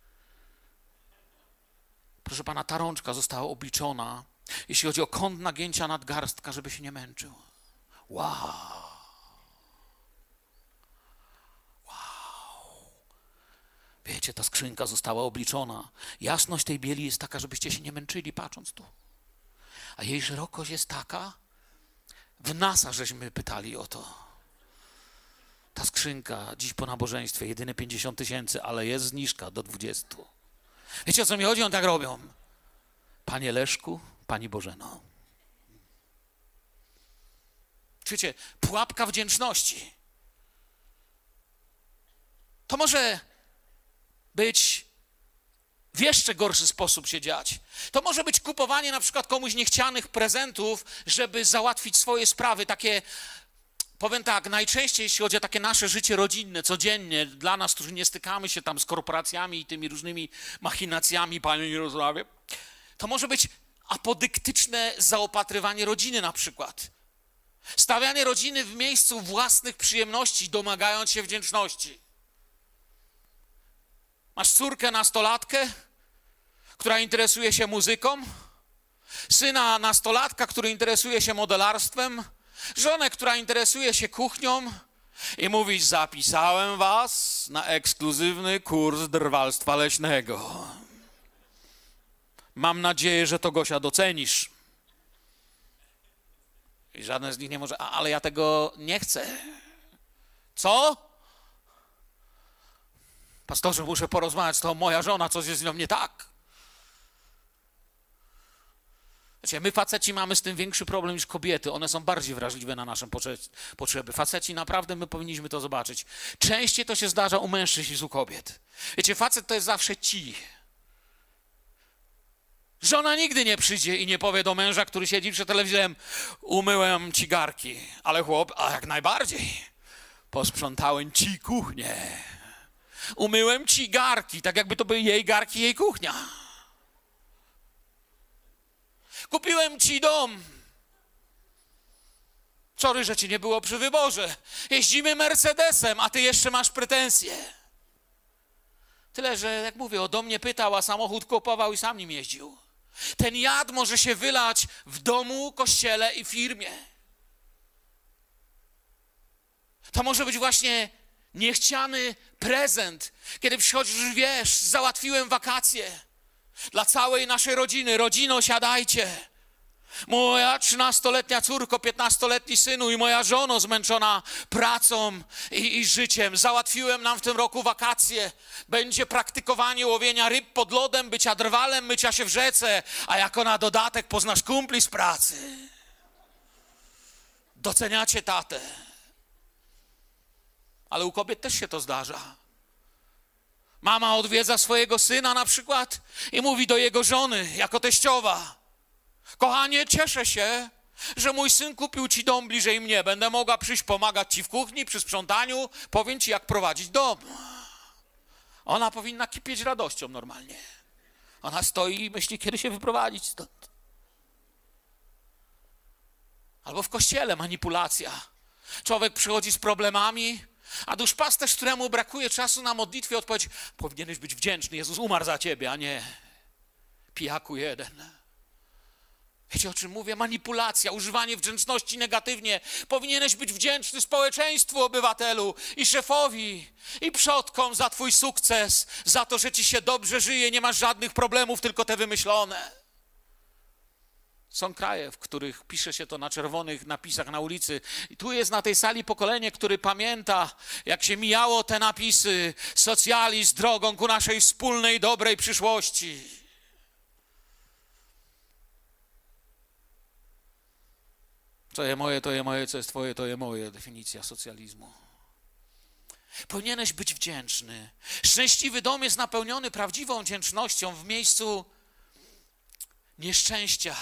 Proszę pana, ta rączka została obliczona, jeśli chodzi o kąt nagięcia nadgarstka, żeby się nie męczył. Wow. Wiecie, ta skrzynka została obliczona. Jasność tej bieli jest taka, żebyście się nie męczyli patrząc tu. A jej szerokość jest taka, w NASA żeśmy pytali o to. Ta skrzynka dziś po nabożeństwie jedyne pięćdziesiąt tysięcy, ale jest zniżka do dwudziestu. Wiecie, o co mi chodzi? On tak robią. Panie Leszku, pani Bożeno. Wiecie, pułapka wdzięczności. To może być w jeszcze gorszy sposób się dziać. To może być kupowanie na przykład komuś niechcianych prezentów, żeby załatwić swoje sprawy, takie, powiem tak, najczęściej jeśli chodzi o takie nasze życie rodzinne, codziennie, dla nas, którzy nie stykamy się tam z korporacjami i tymi różnymi machinacjami, panie Mirosławie, to może być apodyktyczne zaopatrywanie rodziny na przykład. Stawianie rodziny w miejscu własnych przyjemności, domagając się wdzięczności. Masz córkę nastolatkę, która interesuje się muzyką, syna nastolatka, który interesuje się modelarstwem, żonę, która interesuje się kuchnią i mówisz, zapisałem was na ekskluzywny kurs drwalstwa leśnego. Mam nadzieję, że to, Gosia, docenisz. I żaden z nich nie może, a, ale ja tego nie chcę. Co? Pastorze, muszę porozmawiać, to moja żona, coś jest z nią nie tak. Wiecie, my faceci mamy z tym większy problem niż kobiety. One są bardziej wrażliwe na nasze potrzeby. Faceci, naprawdę my powinniśmy to zobaczyć. Częściej to się zdarza u mężczyzn niż u kobiet. Wiecie, facet to jest zawsze ci. Żona nigdy nie przyjdzie i nie powie do męża, który siedzi przed telewizorem, umyłem ci garki. Ale chłop, a jak najbardziej. Posprzątałem ci kuchnię. Umyłem ci garki, tak jakby to były jej garki, jej kuchnia. Kupiłem ci dom. Sorry, że ci nie było przy wyborze. Jeździmy Mercedesem, a ty jeszcze masz pretensje. Tyle, że jak mówię, o dom nie pytał, a samochód kupował i sam nim jeździł. Ten jad może się wylać w domu, kościele i firmie. To może być właśnie niechciany prezent, kiedy przychodzisz, wiesz, załatwiłem wakacje dla całej naszej rodziny. Rodzino, siadajcie. Moja trzynastoletnia córko, piętnastoletni synu i moja żono zmęczona pracą i, i życiem. Załatwiłem nam w tym roku wakacje. Będzie praktykowanie łowienia ryb pod lodem, bycia drwalem, mycia się w rzece, a jako na dodatek poznasz kumpli z pracy. Doceniacie tatę. Ale u kobiet też się to zdarza. Mama odwiedza swojego syna na przykład i mówi do jego żony jako teściowa: kochanie, cieszę się, że mój syn kupił ci dom bliżej mnie. Będę mogła przyjść pomagać ci w kuchni, przy sprzątaniu. Powiem ci, jak prowadzić dom. Ona powinna kipieć radością normalnie. Ona stoi i myśli, kiedy się wyprowadzić stąd. Albo w kościele manipulacja. Człowiek przychodzi z problemami, a duszpasterz, któremu brakuje czasu na modlitwie, odpowiedzi: powinieneś być wdzięczny, Jezus umarł za ciebie, a nie pijaku jeden. Wiecie, o czym mówię? Manipulacja, używanie wdzięczności negatywnie. Powinieneś być wdzięczny społeczeństwu, obywatelu i szefowi i przodkom za twój sukces, za to, że ci się dobrze żyje, nie masz żadnych problemów, tylko te wymyślone. Są kraje, w których pisze się to na czerwonych napisach na ulicy. I tu jest na tej sali pokolenie, które pamięta, jak się mijało te napisy: socjalizm drogą ku naszej wspólnej, dobrej przyszłości. Co jest moje, to jest moje, co jest twoje, to jest moje. Definicja socjalizmu. Powinieneś być wdzięczny. Szczęśliwy dom jest napełniony prawdziwą wdzięcznością w miejscu nieszczęścia,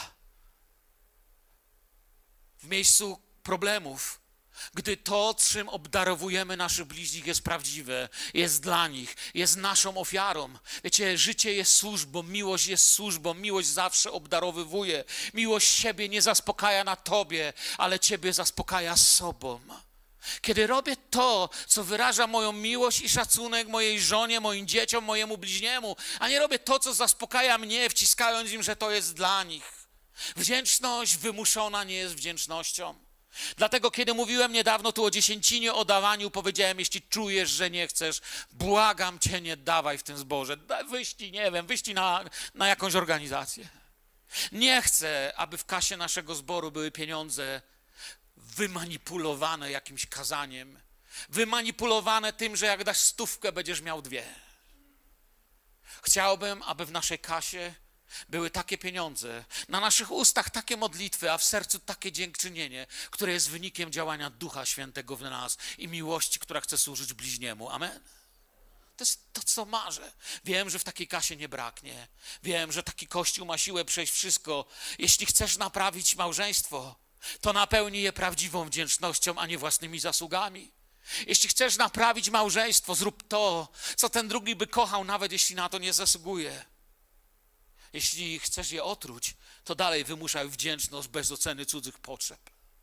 w miejscu problemów. Gdy to, czym obdarowujemy naszych bliźnich, jest prawdziwe, jest dla nich, jest naszą ofiarą. Wiecie, życie jest służbą, miłość jest służbą, miłość zawsze obdarowywuje. Miłość siebie nie zaspokaja na tobie, ale ciebie zaspokaja sobą. Kiedy robię to, co wyraża moją miłość i szacunek mojej żonie, moim dzieciom, mojemu bliźniemu, a nie robię to, co zaspokaja mnie, wciskając im, że to jest dla nich. Wdzięczność wymuszona nie jest wdzięcznością. Dlatego, kiedy mówiłem niedawno tu o dziesięcinie, o dawaniu, powiedziałem: jeśli czujesz, że nie chcesz, błagam cię, nie dawaj w tym zboże. Wyślij, nie wiem, wyślij na, na jakąś organizację. Nie chcę, aby w kasie naszego zboru były pieniądze wymanipulowane jakimś kazaniem, wymanipulowane tym, że jak dasz stówkę, będziesz miał dwie. Chciałbym, aby w naszej kasie były takie pieniądze, na naszych ustach takie modlitwy, a w sercu takie dziękczynienie, które jest wynikiem działania Ducha Świętego w nas i miłości, która chce służyć bliźniemu. Amen. To jest to, co marzę. Wiem, że w takiej kasie nie braknie. Wiem, że taki Kościół ma siłę przejść wszystko. Jeśli chcesz naprawić małżeństwo, to napełnij je prawdziwą wdzięcznością, a nie własnymi zasługami. Jeśli chcesz naprawić małżeństwo, zrób to, co ten drugi by kochał, nawet jeśli na to nie zasługuje. Jeśli chcesz je otruć, to dalej wymuszaj wdzięczność bez oceny cudzych potrzeb.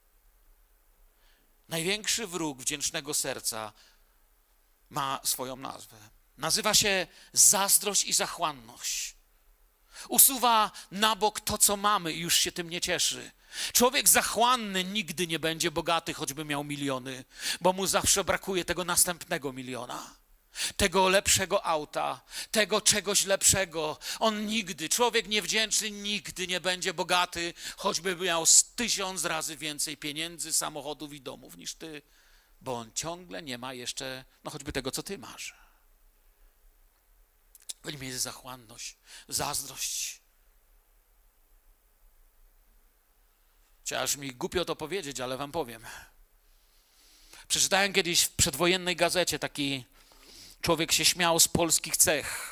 Największy wróg wdzięcznego serca ma swoją nazwę. Nazywa się zazdrość i zachłanność. Usuwa na bok to, co mamy, i już się tym nie cieszy. Człowiek zachłanny nigdy nie będzie bogaty, choćby miał miliony, bo mu zawsze brakuje tego następnego miliona. Tego lepszego auta, tego czegoś lepszego. On nigdy, człowiek niewdzięczny nigdy nie będzie bogaty, choćby miał z tysiąc razy więcej pieniędzy, samochodów i domów niż ty, bo on ciągle nie ma jeszcze, no choćby tego, co ty masz. W nim jest zachłanność, zazdrość. Chociaż mi głupio to powiedzieć, ale wam powiem. Przeczytałem kiedyś w przedwojennej gazecie, taki człowiek się śmiał z polskich cech.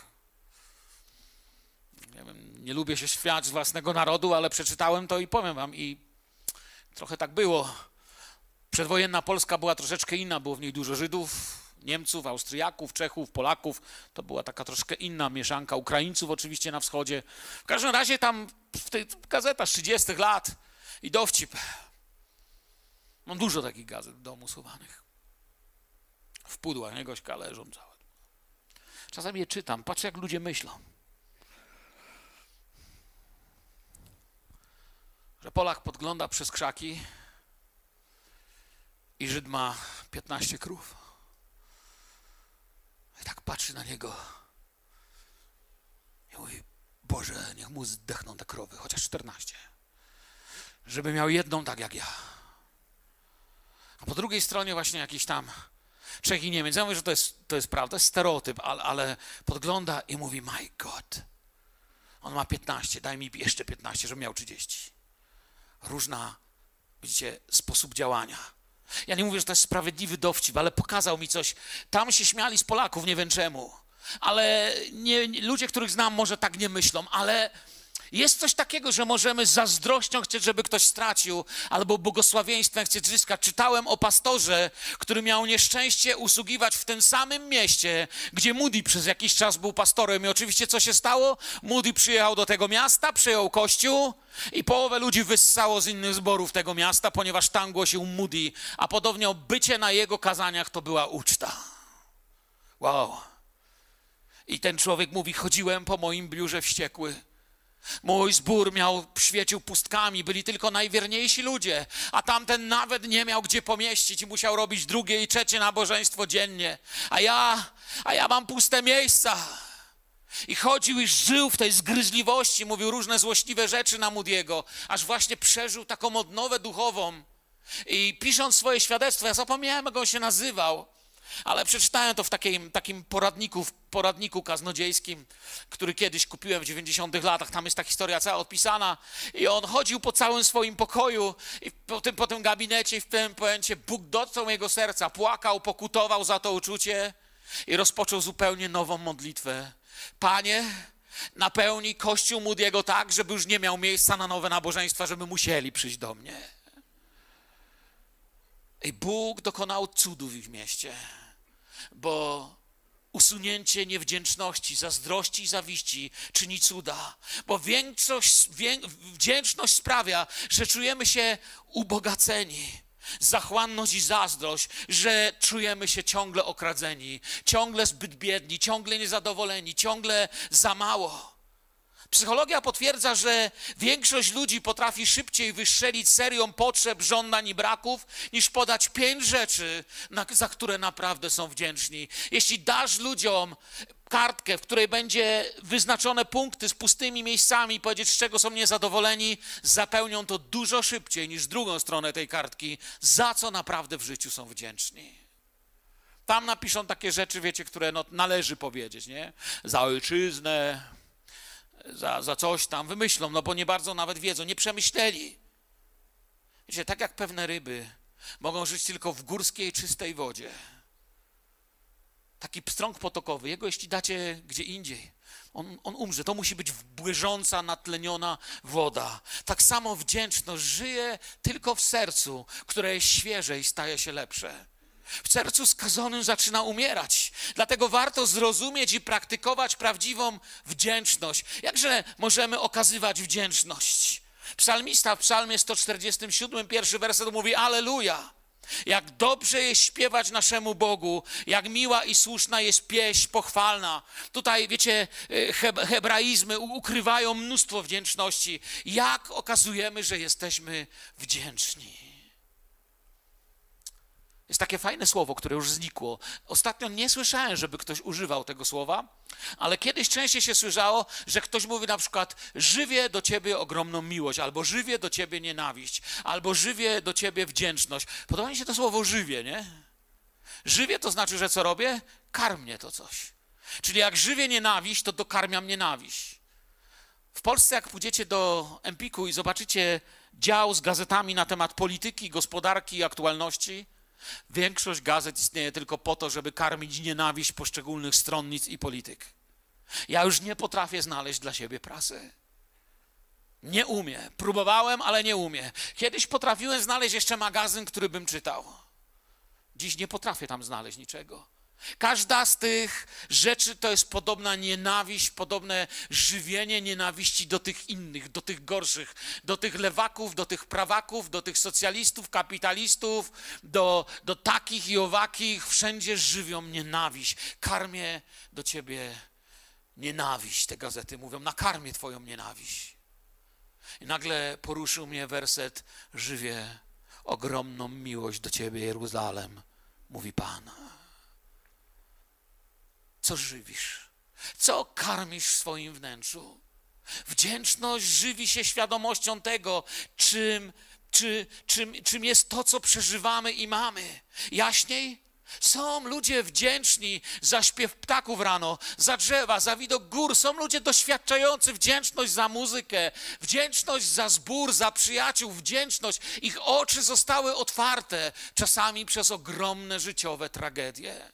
Nie wiem, nie lubię się śmiać z własnego narodu, ale przeczytałem to i powiem wam, i trochę tak było. Przedwojenna Polska była troszeczkę inna, było w niej dużo Żydów, Niemców, Austriaków, Czechów, Polaków. To była taka troszkę inna mieszanka, Ukraińców oczywiście na wschodzie. W każdym razie tam w tej gazetach z trzydziestych lat i dowcip. Mam dużo takich gazet w domu schowanych. W pudłach, nie gośka, leżą całe. Czasami je czytam, patrzę, jak ludzie myślą. Że Polak podgląda przez krzaki i Żyd ma piętnaście krów. I tak patrzy na niego i mówi: Boże, niech mu zdechną te krowy, chociaż czternaście. żeby miał jedną tak jak ja. A po drugiej stronie właśnie jakiś tam Czech i Niemiec. Ja mówię, że to jest, to jest prawda, to jest stereotyp, ale, ale podgląda i mówi, my God, on ma piętnaście, daj mi jeszcze piętnaście, żebym miał trzydzieści. Różna, widzicie, sposób działania. Ja nie mówię, że to jest sprawiedliwy dowcip, ale pokazał mi coś. Tam się śmiali z Polaków, nie wiem czemu. Ale nie, nie, ludzie, których znam, może tak nie myślą, ale jest coś takiego, że możemy zazdrością chcieć, żeby ktoś stracił, albo błogosławieństwem chcieć zyskać. Czytałem o pastorze, który miał nieszczęście usługiwać w tym samym mieście, gdzie Moody przez jakiś czas był pastorem. I oczywiście co się stało? Moody przyjechał do tego miasta, przyjął kościół i połowę ludzi wyssało z innych zborów tego miasta, ponieważ tam głosił Moody, a podobnie bycie na jego kazaniach to była uczta. Wow. I ten człowiek mówi, chodziłem po moim biurze wściekły. Mój zbór miał, świecił pustkami, byli tylko najwierniejsi ludzie, a tamten nawet nie miał gdzie pomieścić i musiał robić drugie i trzecie nabożeństwo dziennie. A ja, a ja mam puste miejsca. I chodził i żył w tej zgryźliwości, mówił różne złośliwe rzeczy na Moody'ego, aż właśnie przeżył taką odnowę duchową. I pisząc swoje świadectwo, ja zapomniałem, jak on się nazywał, ale przeczytałem to w takim, takim poradniku, w poradniku kaznodziejskim, który kiedyś kupiłem w dziewięćdziesiątych latach. Tam jest ta historia cała odpisana. I on chodził po całym swoim pokoju i po tym, po tym gabinecie i w tym momencie Bóg dotknął jego serca, płakał, pokutował za to uczucie i rozpoczął zupełnie nową modlitwę. Panie, napełnij Kościół Moody'ego tak, żeby już nie miał miejsca na nowe nabożeństwa, żeby musieli przyjść do mnie. I Bóg dokonał cudów w ich mieście, bo usunięcie niewdzięczności, zazdrości i zawiści czyni cuda, bo większość, wię, wdzięczność sprawia, że czujemy się ubogaceni. Zachłanność i zazdrość, że czujemy się ciągle okradzeni, ciągle zbyt biedni, ciągle niezadowoleni, ciągle za mało. Psychologia potwierdza, że większość ludzi potrafi szybciej wystrzelić serią potrzeb, żądań i braków, niż podać pięć rzeczy, na, za które naprawdę są wdzięczni. Jeśli dasz ludziom kartkę, w której będzie wyznaczone punkty z pustymi miejscami i powiedzieć, z czego są niezadowoleni, zapełnią to dużo szybciej niż drugą stronę tej kartki, za co naprawdę w życiu są wdzięczni. Tam napiszą takie rzeczy, wiecie, które no, należy powiedzieć, nie? Za ojczyznę, Za, za coś tam wymyślą, no bo nie bardzo nawet wiedzą, nie przemyśleli. Wiecie, tak jak pewne ryby mogą żyć tylko w górskiej, czystej wodzie. Taki pstrąg potokowy, jego jeśli dacie gdzie indziej, on, on umrze. To musi być błyżąca, natleniona woda. Tak samo wdzięczność żyje tylko w sercu, które jest świeże i staje się lepsze. W sercu skazonym zaczyna umierać. Dlatego warto zrozumieć i praktykować prawdziwą wdzięczność. Jakże możemy okazywać wdzięczność? Psalmista w psalmie sto czterdziestym siódmym, pierwszy werset mówi Alleluja. Jak dobrze jest śpiewać naszemu Bogu, jak miła i słuszna jest pieśń pochwalna. Tutaj, wiecie, hebraizmy ukrywają mnóstwo wdzięczności. Jak okazujemy, że jesteśmy wdzięczni? Jest takie fajne słowo, które już znikło. Ostatnio nie słyszałem, żeby ktoś używał tego słowa, ale kiedyś częściej się słyszało, że ktoś mówi na przykład żywię do ciebie ogromną miłość, albo żywię do ciebie nienawiść, albo żywię do ciebie wdzięczność. Podoba mi się to słowo żywię, nie? Żywię to znaczy, że co robię? Karmię to coś. Czyli jak żywię nienawiść, to dokarmiam nienawiść. W Polsce jak pójdziecie do Empiku i zobaczycie dział z gazetami na temat polityki, gospodarki i aktualności, większość gazet istnieje tylko po to, żeby karmić nienawiść poszczególnych stronnic i polityk. Ja już nie potrafię znaleźć dla siebie prasy. Nie umiem. Próbowałem, ale nie umiem. Kiedyś potrafiłem znaleźć jeszcze magazyn, który bym czytał. Dziś nie potrafię tam znaleźć niczego. Każda z tych rzeczy to jest podobna nienawiść, podobne żywienie nienawiści do tych innych, do tych gorszych, do tych lewaków, do tych prawaków, do tych socjalistów, kapitalistów, do, do takich i owakich. Wszędzie żywią nienawiść. Karmię do ciebie nienawiść, te gazety mówią, nakarmię twoją nienawiść. I nagle poruszył mnie werset, żywię ogromną miłość do ciebie, Jeruzalem, mówi Pan. Co żywisz? Co karmisz w swoim wnętrzu? Wdzięczność żywi się świadomością tego, czym, czy, czym, czym jest to, co przeżywamy i mamy. Jaśniej? Są ludzie wdzięczni za śpiew ptaków rano, za drzewa, za widok gór. Są ludzie doświadczający wdzięczność za muzykę, wdzięczność za zbór, za przyjaciół, wdzięczność. Ich oczy zostały otwarte, czasami przez ogromne życiowe tragedie.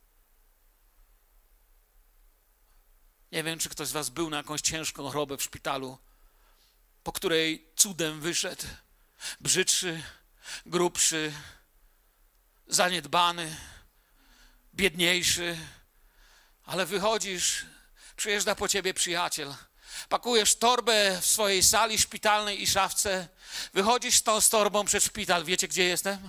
Nie wiem, czy ktoś z was był na jakąś ciężką chorobę w szpitalu, po której cudem wyszedł brzydszy, grubszy, zaniedbany, biedniejszy, ale wychodzisz, przyjeżdża po ciebie przyjaciel, pakujesz torbę w swojej sali szpitalnej i szafce, wychodzisz z tą z torbą przed szpital, wiecie, gdzie jestem?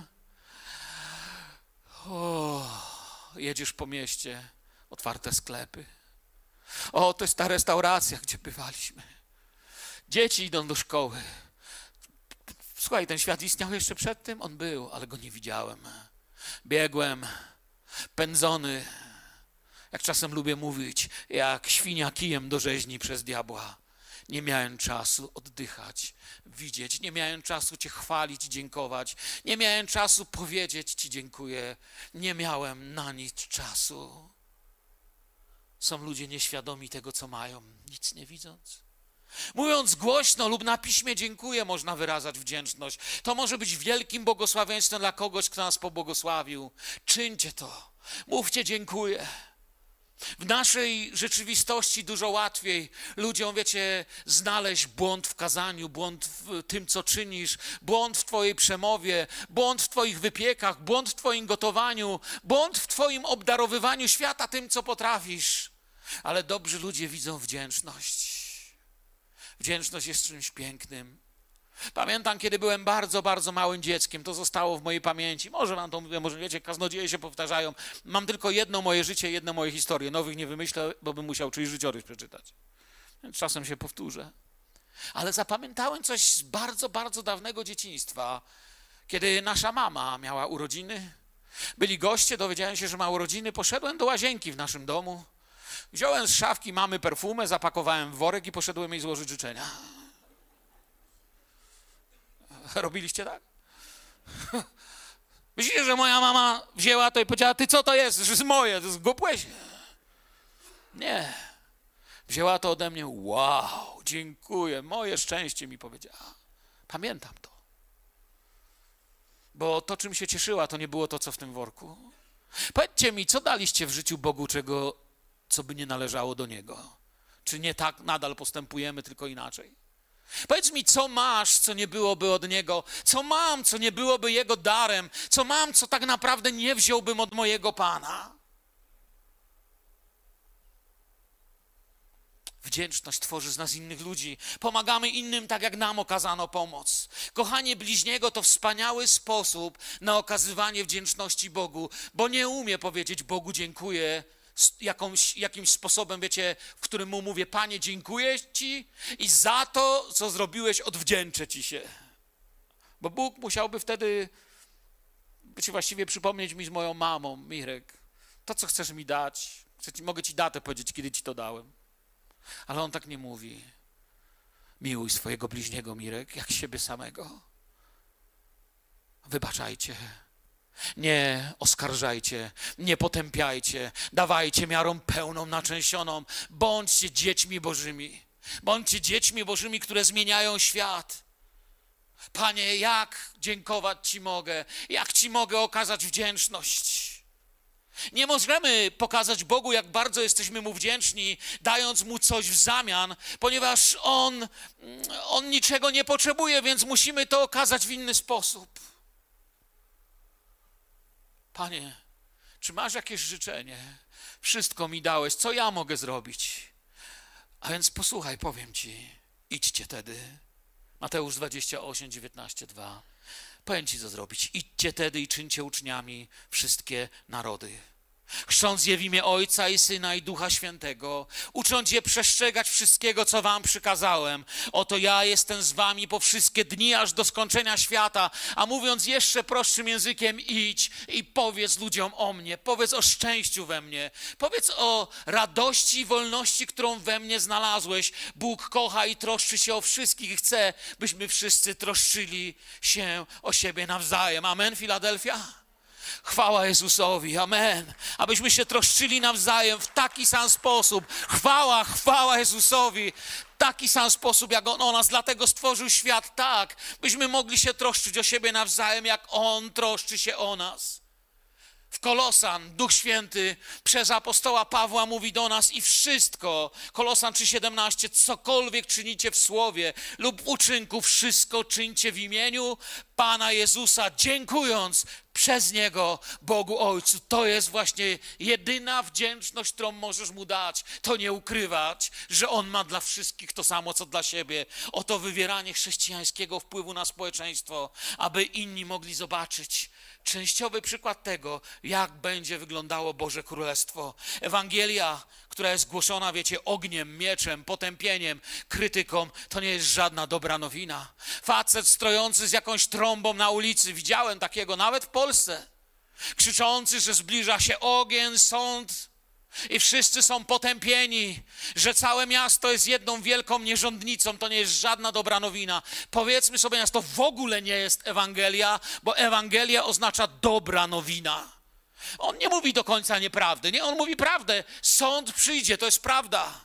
O, jedziesz po mieście, otwarte sklepy. O, to jest ta restauracja, gdzie bywaliśmy. Dzieci idą do szkoły. Słuchaj, ten świat istniał jeszcze przed tym? On był, ale go nie widziałem. Biegłem, pędzony, jak czasem lubię mówić, jak świnia kijem do rzeźni przez diabła. Nie miałem czasu oddychać, widzieć, nie miałem czasu Cię chwalić, dziękować, nie miałem czasu powiedzieć Ci dziękuję, nie miałem na nic czasu. Są ludzie nieświadomi tego, co mają, nic nie widząc. Mówiąc głośno lub na piśmie dziękuję, można wyrażać wdzięczność. To może być wielkim błogosławieństwem dla kogoś, kto nas pobłogosławił. Czyńcie to. Mówcie dziękuję. W naszej rzeczywistości dużo łatwiej ludziom, wiecie, znaleźć błąd w kazaniu, błąd w tym, co czynisz, błąd w twojej przemowie, błąd w twoich wypiekach, błąd w twoim gotowaniu, błąd w twoim obdarowywaniu świata tym, co potrafisz. Ale dobrzy ludzie widzą wdzięczność. Wdzięczność jest czymś pięknym. Pamiętam, kiedy byłem bardzo, bardzo małym dzieckiem, to zostało w mojej pamięci. Może wam to mówię, może wiecie, kaznodzieje się powtarzają. Mam tylko jedno moje życie, jedne moje historie. Nowych nie wymyślę, bo bym musiał czyjś życiorys przeczytać. Więc czasem się powtórzę. Ale zapamiętałem coś z bardzo, bardzo dawnego dzieciństwa, kiedy nasza mama miała urodziny. Byli goście, dowiedziałem się, że ma urodziny. Poszedłem do łazienki w naszym domu. Wziąłem z szafki mamy perfumę, zapakowałem w worek i poszedłem jej złożyć życzenia. Robiliście tak? Myślicie, że moja mama wzięła to i powiedziała, ty co to jest? Że jest moje, to zgupłeś? Nie. Wzięła to ode mnie, wow, dziękuję, moje szczęście mi powiedziała. Pamiętam to. Bo to, czym się cieszyła, to nie było to, co w tym worku. Powiedzcie mi, co daliście w życiu Bogu, czego, co by nie należało do Niego? Czy nie tak nadal postępujemy, tylko inaczej? Powiedz mi, co masz, co nie byłoby od Niego? Co mam, co nie byłoby Jego darem? Co mam, co tak naprawdę nie wziąłbym od mojego Pana? Wdzięczność tworzy z nas innych ludzi. Pomagamy innym tak, jak nam okazano pomoc. Kochanie bliźniego to wspaniały sposób na okazywanie wdzięczności Bogu, bo nie umie powiedzieć Bogu dziękuję jakąś, jakimś sposobem, wiecie, w którym mu mówię, Panie, dziękuję Ci i za to, co zrobiłeś, odwdzięczę Ci się. Bo Bóg musiałby wtedy, wiecie, właściwie przypomnieć mi z moją mamą, Mirek, to, co chcesz mi dać, chcę ci, mogę Ci datę powiedzieć, kiedy Ci to dałem. Ale on tak nie mówi. Miłuj swojego bliźniego, Mirek, jak siebie samego. Wybaczajcie. Nie oskarżajcie, nie potępiajcie, dawajcie miarą pełną, naczęsioną. Bądźcie dziećmi Bożymi. Bądźcie dziećmi Bożymi, które zmieniają świat. Panie, jak dziękować Ci mogę? Jak Ci mogę okazać wdzięczność? Nie możemy pokazać Bogu, jak bardzo jesteśmy Mu wdzięczni, dając Mu coś w zamian, ponieważ On, On niczego nie potrzebuje, więc musimy to okazać w inny sposób. Panie, czy masz jakieś życzenie? Wszystko mi dałeś, co ja mogę zrobić? A więc posłuchaj, powiem Ci, idźcie tedy. Mateusz dwadzieścia osiem, dziewiętnaście, dwa. Powiem Ci, co zrobić. Idźcie tedy i czyńcie uczniami wszystkie narody. Chrząc je w imię Ojca i Syna i Ducha Świętego, ucząc je przestrzegać wszystkiego, co wam przykazałem. Oto ja jestem z wami po wszystkie dni, aż do skończenia świata. A mówiąc jeszcze prostszym językiem, idź i powiedz ludziom o mnie. Powiedz o szczęściu we mnie. Powiedz o radości i wolności, którą we mnie znalazłeś. Bóg kocha i troszczy się o wszystkich i chce, byśmy wszyscy troszczyli się o siebie nawzajem. Amen, Filadelfia? Chwała Jezusowi, amen. Abyśmy się troszczyli nawzajem w taki sam sposób. Chwała, chwała Jezusowi. Taki sam sposób, jak On o nas. Dlatego stworzył świat tak, byśmy mogli się troszczyć o siebie nawzajem, jak On troszczy się o nas. W Kolosan Duch Święty przez apostoła Pawła mówi do nas i wszystko, Kolosan trzy siedemnaście, cokolwiek czynicie w słowie lub w uczynku, wszystko czyńcie w imieniu Pana Jezusa, dziękując przez Niego Bogu Ojcu. To jest właśnie jedyna wdzięczność, którą możesz Mu dać. To nie ukrywać, że On ma dla wszystkich to samo, co dla siebie. Oto wywieranie chrześcijańskiego wpływu na społeczeństwo, aby inni mogli zobaczyć częściowy przykład tego, jak będzie wyglądało Boże Królestwo. Ewangelia, która jest głoszona, wiecie, ogniem, mieczem, potępieniem, krytyką, to nie jest żadna dobra nowina. Facet strojący z jakąś trąbą na ulicy, widziałem takiego nawet w Polsce, krzyczący, że zbliża się ogień, sąd i wszyscy są potępieni, że całe miasto jest jedną wielką nierządnicą, to nie jest żadna dobra nowina. Powiedzmy sobie, że to w ogóle nie jest Ewangelia, bo Ewangelia oznacza dobra nowina. On nie mówi do końca nieprawdy, nie, on mówi prawdę. Sąd przyjdzie, to jest prawda.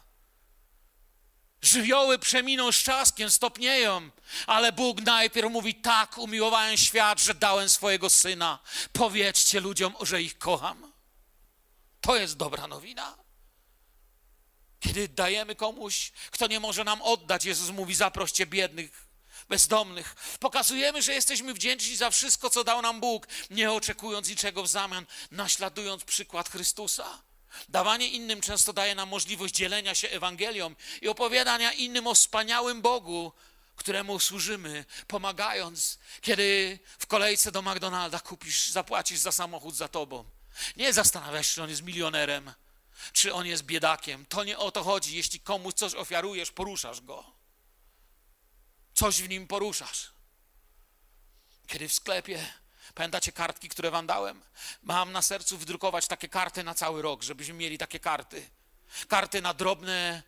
Żywioły przeminą z czaskiem, stopnieją, ale Bóg najpierw mówi tak, umiłowałem świat, że dałem swojego Syna. Powiedzcie ludziom, że ich kocham. To jest dobra nowina. Kiedy dajemy komuś, kto nie może nam oddać, Jezus mówi, zaproście biednych, bezdomnych. Pokazujemy, że jesteśmy wdzięczni za wszystko, co dał nam Bóg, nie oczekując niczego w zamian, naśladując przykład Chrystusa. Dawanie innym często daje nam możliwość dzielenia się Ewangelią i opowiadania innym o wspaniałym Bogu, któremu służymy, pomagając, kiedy w kolejce do McDonalda kupisz, zapłacisz za samochód za tobą. Nie zastanawiasz się, czy on jest milionerem, czy on jest biedakiem. To nie o to chodzi. Jeśli komuś coś ofiarujesz, poruszasz go. Coś w nim poruszasz. Kiedy w sklepie, pamiętacie kartki, które wam dałem? Mam na sercu wydrukować takie karty na cały rok, żebyśmy mieli takie karty. Karty na drobne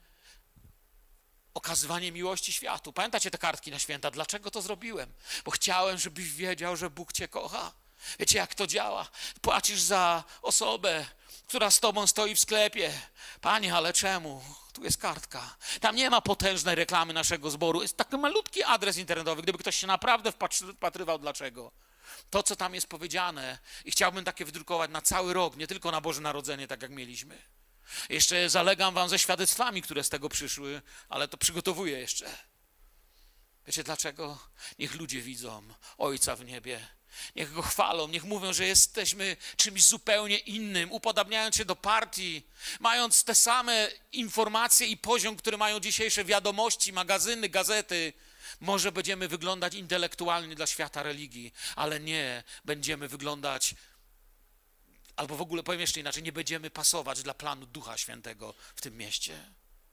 okazywanie miłości światu. Pamiętacie te kartki na święta? Dlaczego to zrobiłem? Bo chciałem, żebyś wiedział, że Bóg cię kocha. Wiecie, jak to działa? Płacisz za osobę, która z tobą stoi w sklepie. Panie, ale czemu? Tu jest kartka. Tam nie ma potężnej reklamy naszego zboru. Jest taki malutki adres internetowy, gdyby ktoś się naprawdę wpatrywał dlaczego. To, co tam jest powiedziane i chciałbym takie wydrukować na cały rok, nie tylko na Boże Narodzenie, tak jak mieliśmy. Jeszcze zalegam wam ze świadectwami, które z tego przyszły, ale to przygotowuję jeszcze. Wiecie dlaczego? Niech ludzie widzą Ojca w niebie. Niech Go chwalą, niech mówią, że jesteśmy czymś zupełnie innym, upodabniając się do partii, mając te same informacje i poziom, który mają dzisiejsze wiadomości, magazyny, gazety. Może będziemy wyglądać intelektualnie dla świata religii, ale nie będziemy wyglądać, albo w ogóle powiem jeszcze inaczej, nie będziemy pasować dla planu Ducha Świętego w tym mieście.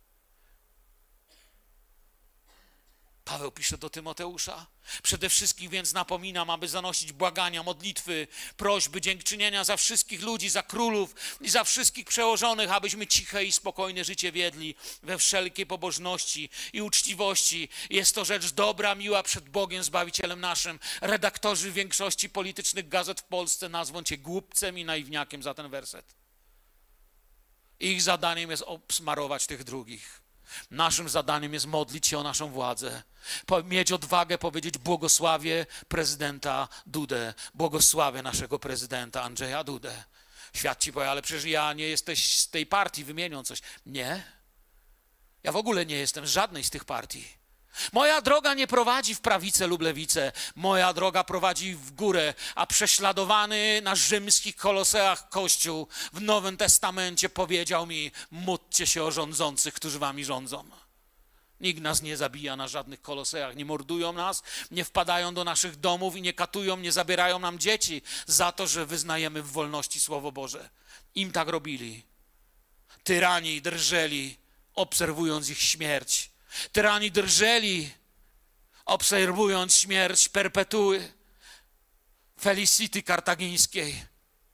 Paweł pisze do Tymoteusza, przede wszystkim więc napominam, aby zanosić błagania, modlitwy, prośby, dziękczynienia za wszystkich ludzi, za królów i za wszystkich przełożonych, abyśmy ciche i spokojne życie wiedli we wszelkiej pobożności i uczciwości. Jest to rzecz dobra, miła przed Bogiem, Zbawicielem naszym. Redaktorzy większości politycznych gazet w Polsce nazwą cię głupcem i naiwniakiem za ten werset. Ich zadaniem jest obsmarować tych drugich. Naszym zadaniem jest modlić się o naszą władzę, mieć odwagę powiedzieć błogosławię prezydenta Dudę, błogosławię naszego prezydenta Andrzeja Dudę. Świat ci powie, ale przecież ja nie jesteś z tej partii, wymienią coś. Nie, ja w ogóle nie jestem z żadnej z tych partii. Moja droga nie prowadzi w prawicę lub lewicę, moja droga prowadzi w górę, a prześladowany na rzymskich koloseach Kościół w Nowym Testamencie powiedział mi, módlcie się o rządzących, którzy wami rządzą. Nikt nas nie zabija na żadnych kolosejach, nie mordują nas, nie wpadają do naszych domów i nie katują, nie zabierają nam dzieci za to, że wyznajemy w wolności Słowo Boże. Im tak robili. Tyrani drżeli, obserwując ich śmierć. Tyrani drżeli, obserwując śmierć Perpetuły, Felicity kartagińskiej,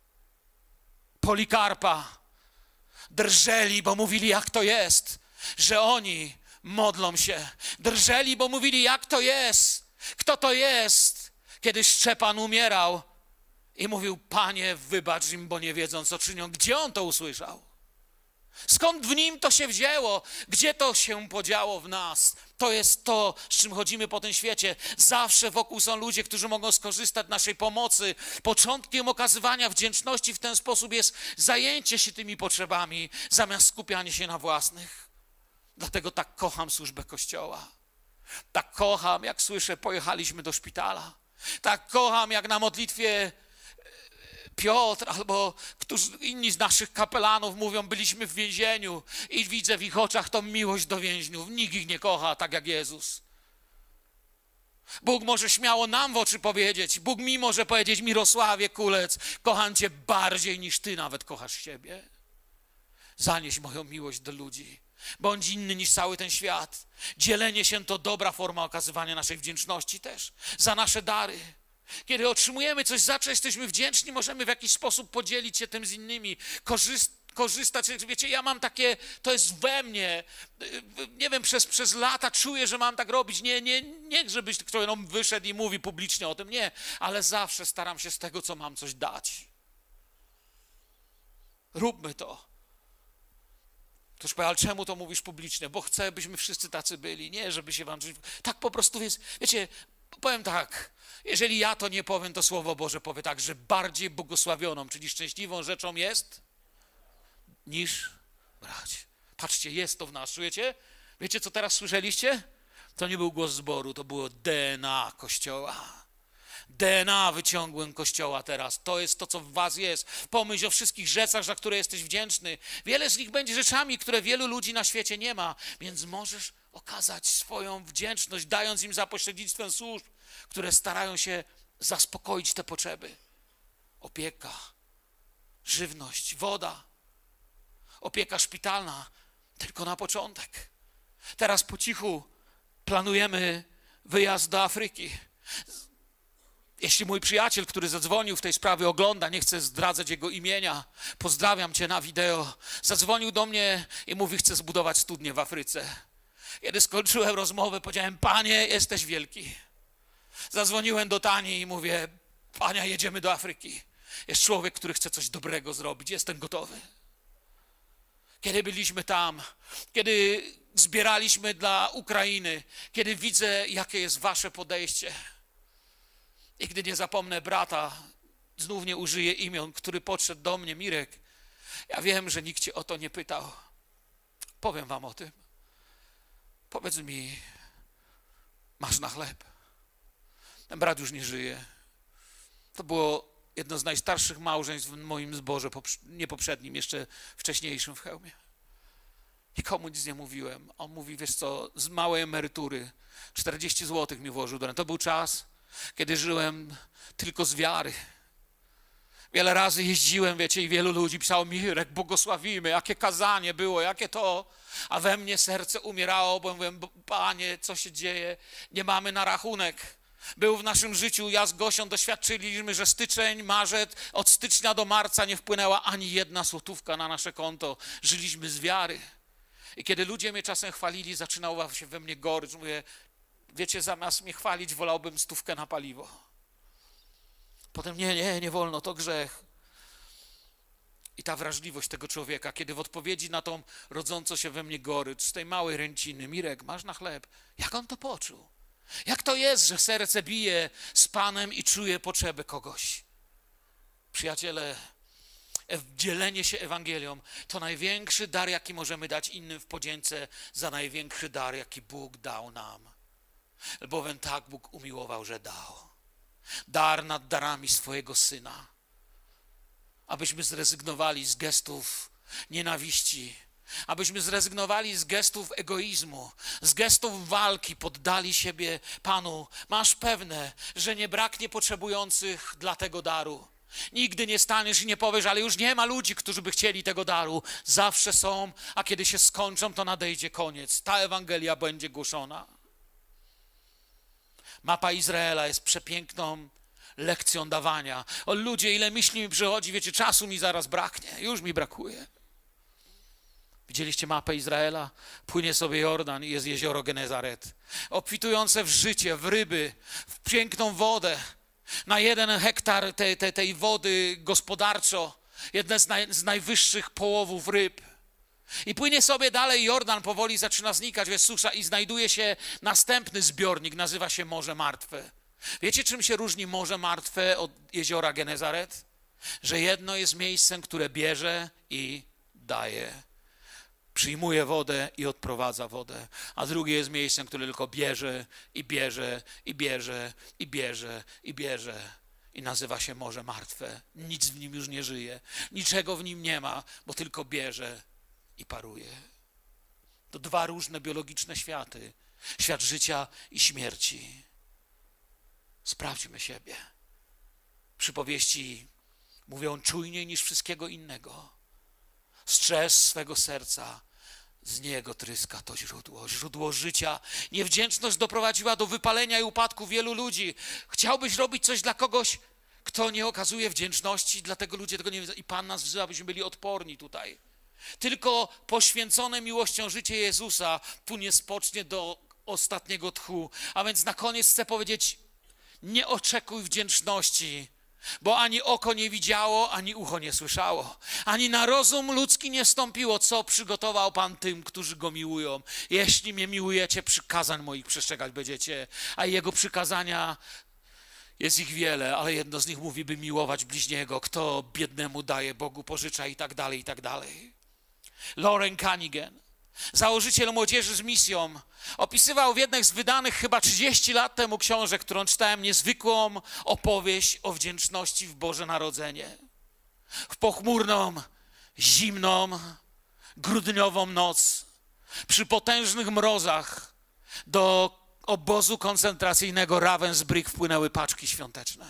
Polikarpa. Drżeli, bo mówili, jak to jest, że oni modlą się. Drżeli, bo mówili, jak to jest, kto to jest, kiedy Szczepan umierał i mówił, Panie, wybacz im, bo nie wiedzą, co czynią. Gdzie on to usłyszał? Skąd w nim to się wzięło? Gdzie to się podziało w nas? To jest to, z czym chodzimy po tym świecie. Zawsze wokół są ludzie, którzy mogą skorzystać z naszej pomocy. Początkiem okazywania wdzięczności w ten sposób jest zajęcie się tymi potrzebami, zamiast skupianie się na własnych. Dlatego tak kocham służbę Kościoła. Tak kocham, jak słyszę, pojechaliśmy do szpitala. Tak kocham, jak na modlitwie Piotr albo którzy, inni z naszych kapelanów mówią, byliśmy w więzieniu i widzę w ich oczach tą miłość do więźniów. Nikt ich nie kocha tak jak Jezus. Bóg może śmiało nam w oczy powiedzieć, Bóg mi może powiedzieć, Mirosławie Kulec, kocham Cię bardziej niż Ty nawet kochasz siebie. Zanieś moją miłość do ludzi. Bądź inny niż cały ten świat. Dzielenie się to dobra forma okazywania naszej wdzięczności też za nasze dary. Kiedy otrzymujemy coś, za co jesteśmy wdzięczni, możemy w jakiś sposób podzielić się tym z innymi, korzyst, korzystać. Wiecie, ja mam takie, to jest we mnie, nie wiem, przez, przez lata czuję, że mam tak robić. Nie, nie, nie żebyś ktoś no, wyszedł i mówi publicznie o tym, nie, ale zawsze staram się z tego, co mam, coś dać. Róbmy to. Ktoś powie, ale czemu to mówisz publicznie? Bo chcę, byśmy wszyscy tacy byli. Nie, żeby się wam... Tak po prostu jest, wiecie, powiem tak, jeżeli ja to nie powiem, to Słowo Boże powie tak, że bardziej błogosławioną, czyli szczęśliwą rzeczą jest niż brać. Patrzcie, jest to w nas, czujecie? Wiecie, co teraz słyszeliście? To nie był głos zboru, to było D N A Kościoła. D N A wyciągłem Kościoła teraz. To jest to, co w was jest. Pomyśl o wszystkich rzeczach, za które jesteś wdzięczny. Wiele z nich będzie rzeczami, które wielu ludzi na świecie nie ma, więc możesz okazać swoją wdzięczność, dając im za pośrednictwem służb, które starają się zaspokoić te potrzeby. Opieka, żywność, woda, opieka szpitalna, tylko na początek. Teraz po cichu planujemy wyjazd do Afryki. Jeśli mój przyjaciel, który zadzwonił w tej sprawie, ogląda, nie chcę zdradzać jego imienia, pozdrawiam cię na wideo, zadzwonił do mnie i mówi, chce zbudować studnię w Afryce. Kiedy skończyłem rozmowę, powiedziałem, Panie, jesteś wielki. Zadzwoniłem do Tani i mówię, Pania, jedziemy do Afryki. Jest człowiek, który chce coś dobrego zrobić, jestem gotowy. Kiedy byliśmy tam, kiedy zbieraliśmy dla Ukrainy, kiedy widzę, jakie jest wasze podejście, nigdy nie zapomnę brata, znów nie użyję imion, który podszedł do mnie, Mirek. Ja wiem, że nikt cię o to nie pytał. Powiem wam o tym. Powiedz mi, masz na chleb? Ten brat już nie żyje. To było jedno z najstarszych małżeństw w moim zborze, nie poprzednim, jeszcze wcześniejszym w Chełmie. Nikomu nic nie mówiłem. On mówi, wiesz co, z małej emerytury czterdzieści złotych mi włożył do ręki. To był czas, kiedy żyłem tylko z wiary. Wiele razy jeździłem, wiecie, i wielu ludzi pisało, Mirek, błogosławimy, jakie kazanie było, jakie to, a we mnie serce umierało, bo mówiłem, Panie, co się dzieje, nie mamy na rachunek. Był w naszym życiu, ja z Gosią doświadczyliśmy, że styczeń, marzec, od stycznia do marca nie wpłynęła ani jedna złotówka na nasze konto. Żyliśmy z wiary. I kiedy ludzie mnie czasem chwalili, zaczynała się we mnie gorycz. Mówię, wiecie, zamiast mnie chwalić, wolałbym stówkę na paliwo. Potem nie, nie, nie wolno, to grzech. I ta wrażliwość tego człowieka, kiedy w odpowiedzi na tą rodzącą się we mnie gorycz, z tej małej ręciny, Mirek, masz na chleb, jak on to poczuł? Jak to jest, że serce bije z Panem i czuje potrzebę kogoś? Przyjaciele, dzielenie się Ewangelią to największy dar, jaki możemy dać innym w podzięce za największy dar, jaki Bóg dał nam. Bowiem tak Bóg umiłował, że dał. Dar nad darami swojego Syna. Abyśmy zrezygnowali z gestów nienawiści, Abyśmy zrezygnowali z gestów egoizmu, z gestów walki, poddali siebie Panu. Masz pewne, że nie braknie potrzebujących dla tego daru. Nigdy nie staniesz i nie powiesz, ale już nie ma ludzi, którzy by chcieli tego daru. Zawsze są, a kiedy się skończą, to nadejdzie koniec. Ta Ewangelia będzie głoszona. Mapa Izraela jest przepiękną lekcją dawania. O ludzie, ile myśli mi przychodzi, wiecie, czasu mi zaraz braknie, już mi brakuje. Widzieliście mapę Izraela? Płynie sobie Jordan i jest jezioro Genezaret. Obfitujące w życie, w ryby, w piękną wodę. Na jeden hektar tej, tej, tej wody gospodarczo, jedne z, naj, z najwyższych połowów ryb. I płynie sobie dalej Jordan, powoli zaczyna znikać, jest susza i znajduje się następny zbiornik, nazywa się Morze Martwe. Wiecie, czym się różni Morze Martwe od jeziora Genezaret? Że jedno jest miejscem, które bierze i daje. Przyjmuje wodę i odprowadza wodę, a drugie jest miejscem, które tylko bierze i bierze i bierze i bierze i bierze i nazywa się Morze Martwe. Nic w nim już nie żyje, niczego w nim nie ma, bo tylko bierze i paruje. To dwa różne biologiczne światy, świat życia i śmierci. Sprawdźmy siebie. Przypowieści mówią czujniej niż wszystkiego innego. Strzeż swego serca, z niego tryska to źródło, źródło życia. Niewdzięczność doprowadziła do wypalenia i upadku wielu ludzi. Chciałbyś robić coś dla kogoś, kto nie okazuje wdzięczności, dlatego ludzie tego nie wiedzą. I Pan nas wzywa, abyśmy byli odporni tutaj. Tylko poświęcone miłością życie Jezusa płynie spocznie do ostatniego tchu. A więc na koniec chcę powiedzieć, nie oczekuj wdzięczności, bo ani oko nie widziało, ani ucho nie słyszało, ani na rozum ludzki nie wstąpiło, co przygotował Pan tym, którzy Go miłują. Jeśli mnie miłujecie, przykazań moich przestrzegać będziecie, a Jego przykazania, jest ich wiele, ale jedno z nich mówi, by miłować bliźniego, kto biednemu daje, Bogu pożycza i tak dalej, i tak dalej. Loren Cunningham, założyciel Młodzieży z Misją, opisywał w jednej z wydanych chyba trzydzieści lat temu książek, którą czytałem, niezwykłą opowieść o wdzięczności w Boże Narodzenie. W pochmurną, zimną, grudniową noc, przy potężnych mrozach do obozu koncentracyjnego Ravensbrück wpłynęły paczki świąteczne.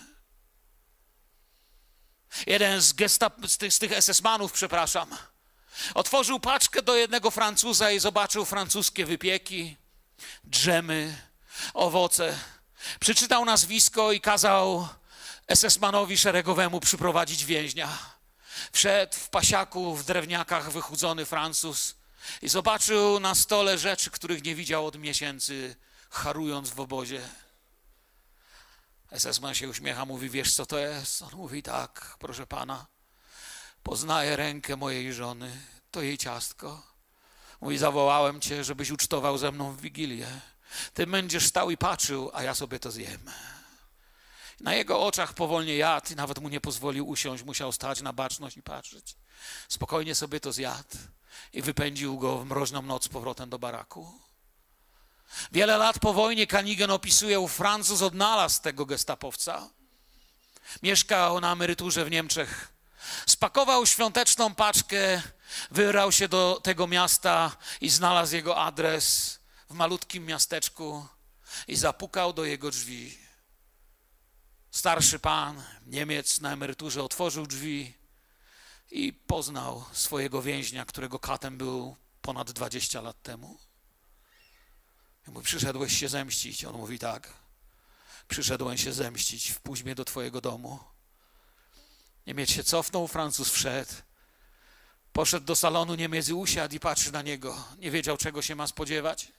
Jeden z, gestap- z tych, z tych es es manów, przepraszam, otworzył paczkę do jednego Francuza i zobaczył francuskie wypieki, dżemy, owoce. Przeczytał nazwisko i kazał es es manowi szeregowemu przyprowadzić więźnia. Wszedł w pasiaku, w drewniakach wychudzony Francuz i zobaczył na stole rzeczy, których nie widział od miesięcy, harując w obozie. es es man się uśmiecha, mówi, wiesz co to jest? On mówi, tak, proszę pana. Poznaję rękę mojej żony, to jej ciastko. Mówi, zawołałem cię, żebyś ucztował ze mną w Wigilię. Ty będziesz stał i patrzył, a ja sobie to zjem. Na jego oczach powolnie jadł i nawet mu nie pozwolił usiąść, musiał stać na baczność i patrzeć. Spokojnie sobie to zjadł i wypędził go w mroźną noc z powrotem do baraku. Wiele lat po wojnie Cunningham opisuje, ów Francuz odnalazł tego gestapowca. Mieszkał na emeryturze w Niemczech. Spakował świąteczną paczkę, wybrał się do tego miasta i znalazł jego adres w malutkim miasteczku i zapukał do jego drzwi. Starszy pan, Niemiec na emeryturze, otworzył drzwi i poznał swojego więźnia, którego katem był ponad dwadzieścia lat temu. I mówi, przyszedłeś się zemścić. On mówi, tak, przyszedłem się zemścić, wpuść mnie do twojego domu. Niemiec się cofnął, Francuz wszedł. Poszedł do salonu, Niemiec usiadł i patrzy na niego. Nie wiedział, czego się ma spodziewać.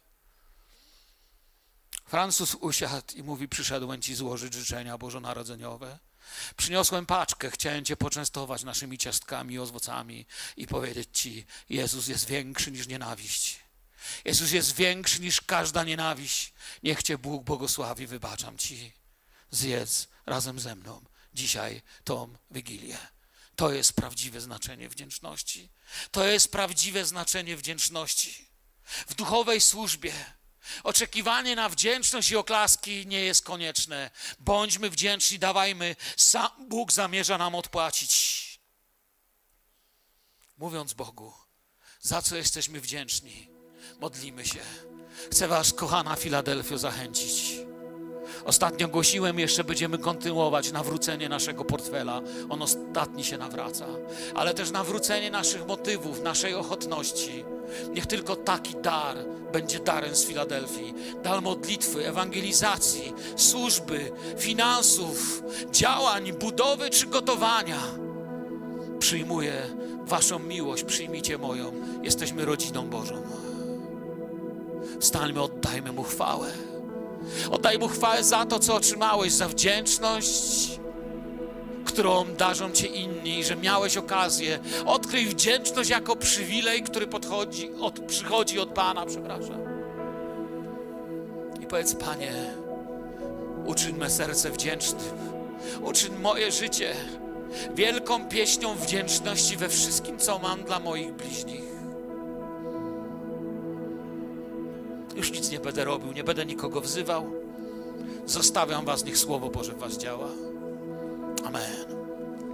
Francuz usiadł i mówi, przyszedłem ci złożyć życzenia bożonarodzeniowe. Przyniosłem paczkę, chciałem cię poczęstować naszymi ciastkami i owocami i powiedzieć ci, Jezus jest większy niż nienawiść. Jezus jest większy niż każda nienawiść. Niech cię Bóg błogosławi, wybaczam ci. Zjedz razem ze mną dzisiaj tą Wigilię. To jest prawdziwe znaczenie wdzięczności. To jest prawdziwe znaczenie wdzięczności. W duchowej służbie oczekiwanie na wdzięczność i oklaski nie jest konieczne. Bądźmy wdzięczni, dawajmy. Sam Bóg zamierza nam odpłacić. Mówiąc Bogu, za co jesteśmy wdzięczni. Modlimy się. Chcę was, kochana Filadelfio, zachęcić. Ostatnio głosiłem, jeszcze będziemy kontynuować nawrócenie naszego portfela. On ostatni się nawraca. Ale też nawrócenie naszych motywów, naszej ochotności. Niech tylko taki dar będzie darem z Filadelfii. Dar modlitwy, ewangelizacji, służby, finansów, działań, budowy czy gotowania. Przyjmuję waszą miłość, przyjmijcie moją. Jesteśmy rodziną Bożą. Wstańmy, oddajmy Mu chwałę. Oddaj Mu chwałę za to, co otrzymałeś, za wdzięczność, którą darzą Cię inni, że miałeś okazję. Odkryj wdzięczność jako przywilej, który podchodzi, od, przychodzi od Pana, przepraszam. I powiedz: Panie, uczyń me serce wdzięcznym. Uczyń moje życie wielką pieśnią wdzięczności we wszystkim, co mam dla moich bliźnich. Już nic nie będę robił, nie będę nikogo wzywał. Zostawiam was, niech Słowo Boże w was działa. Amen.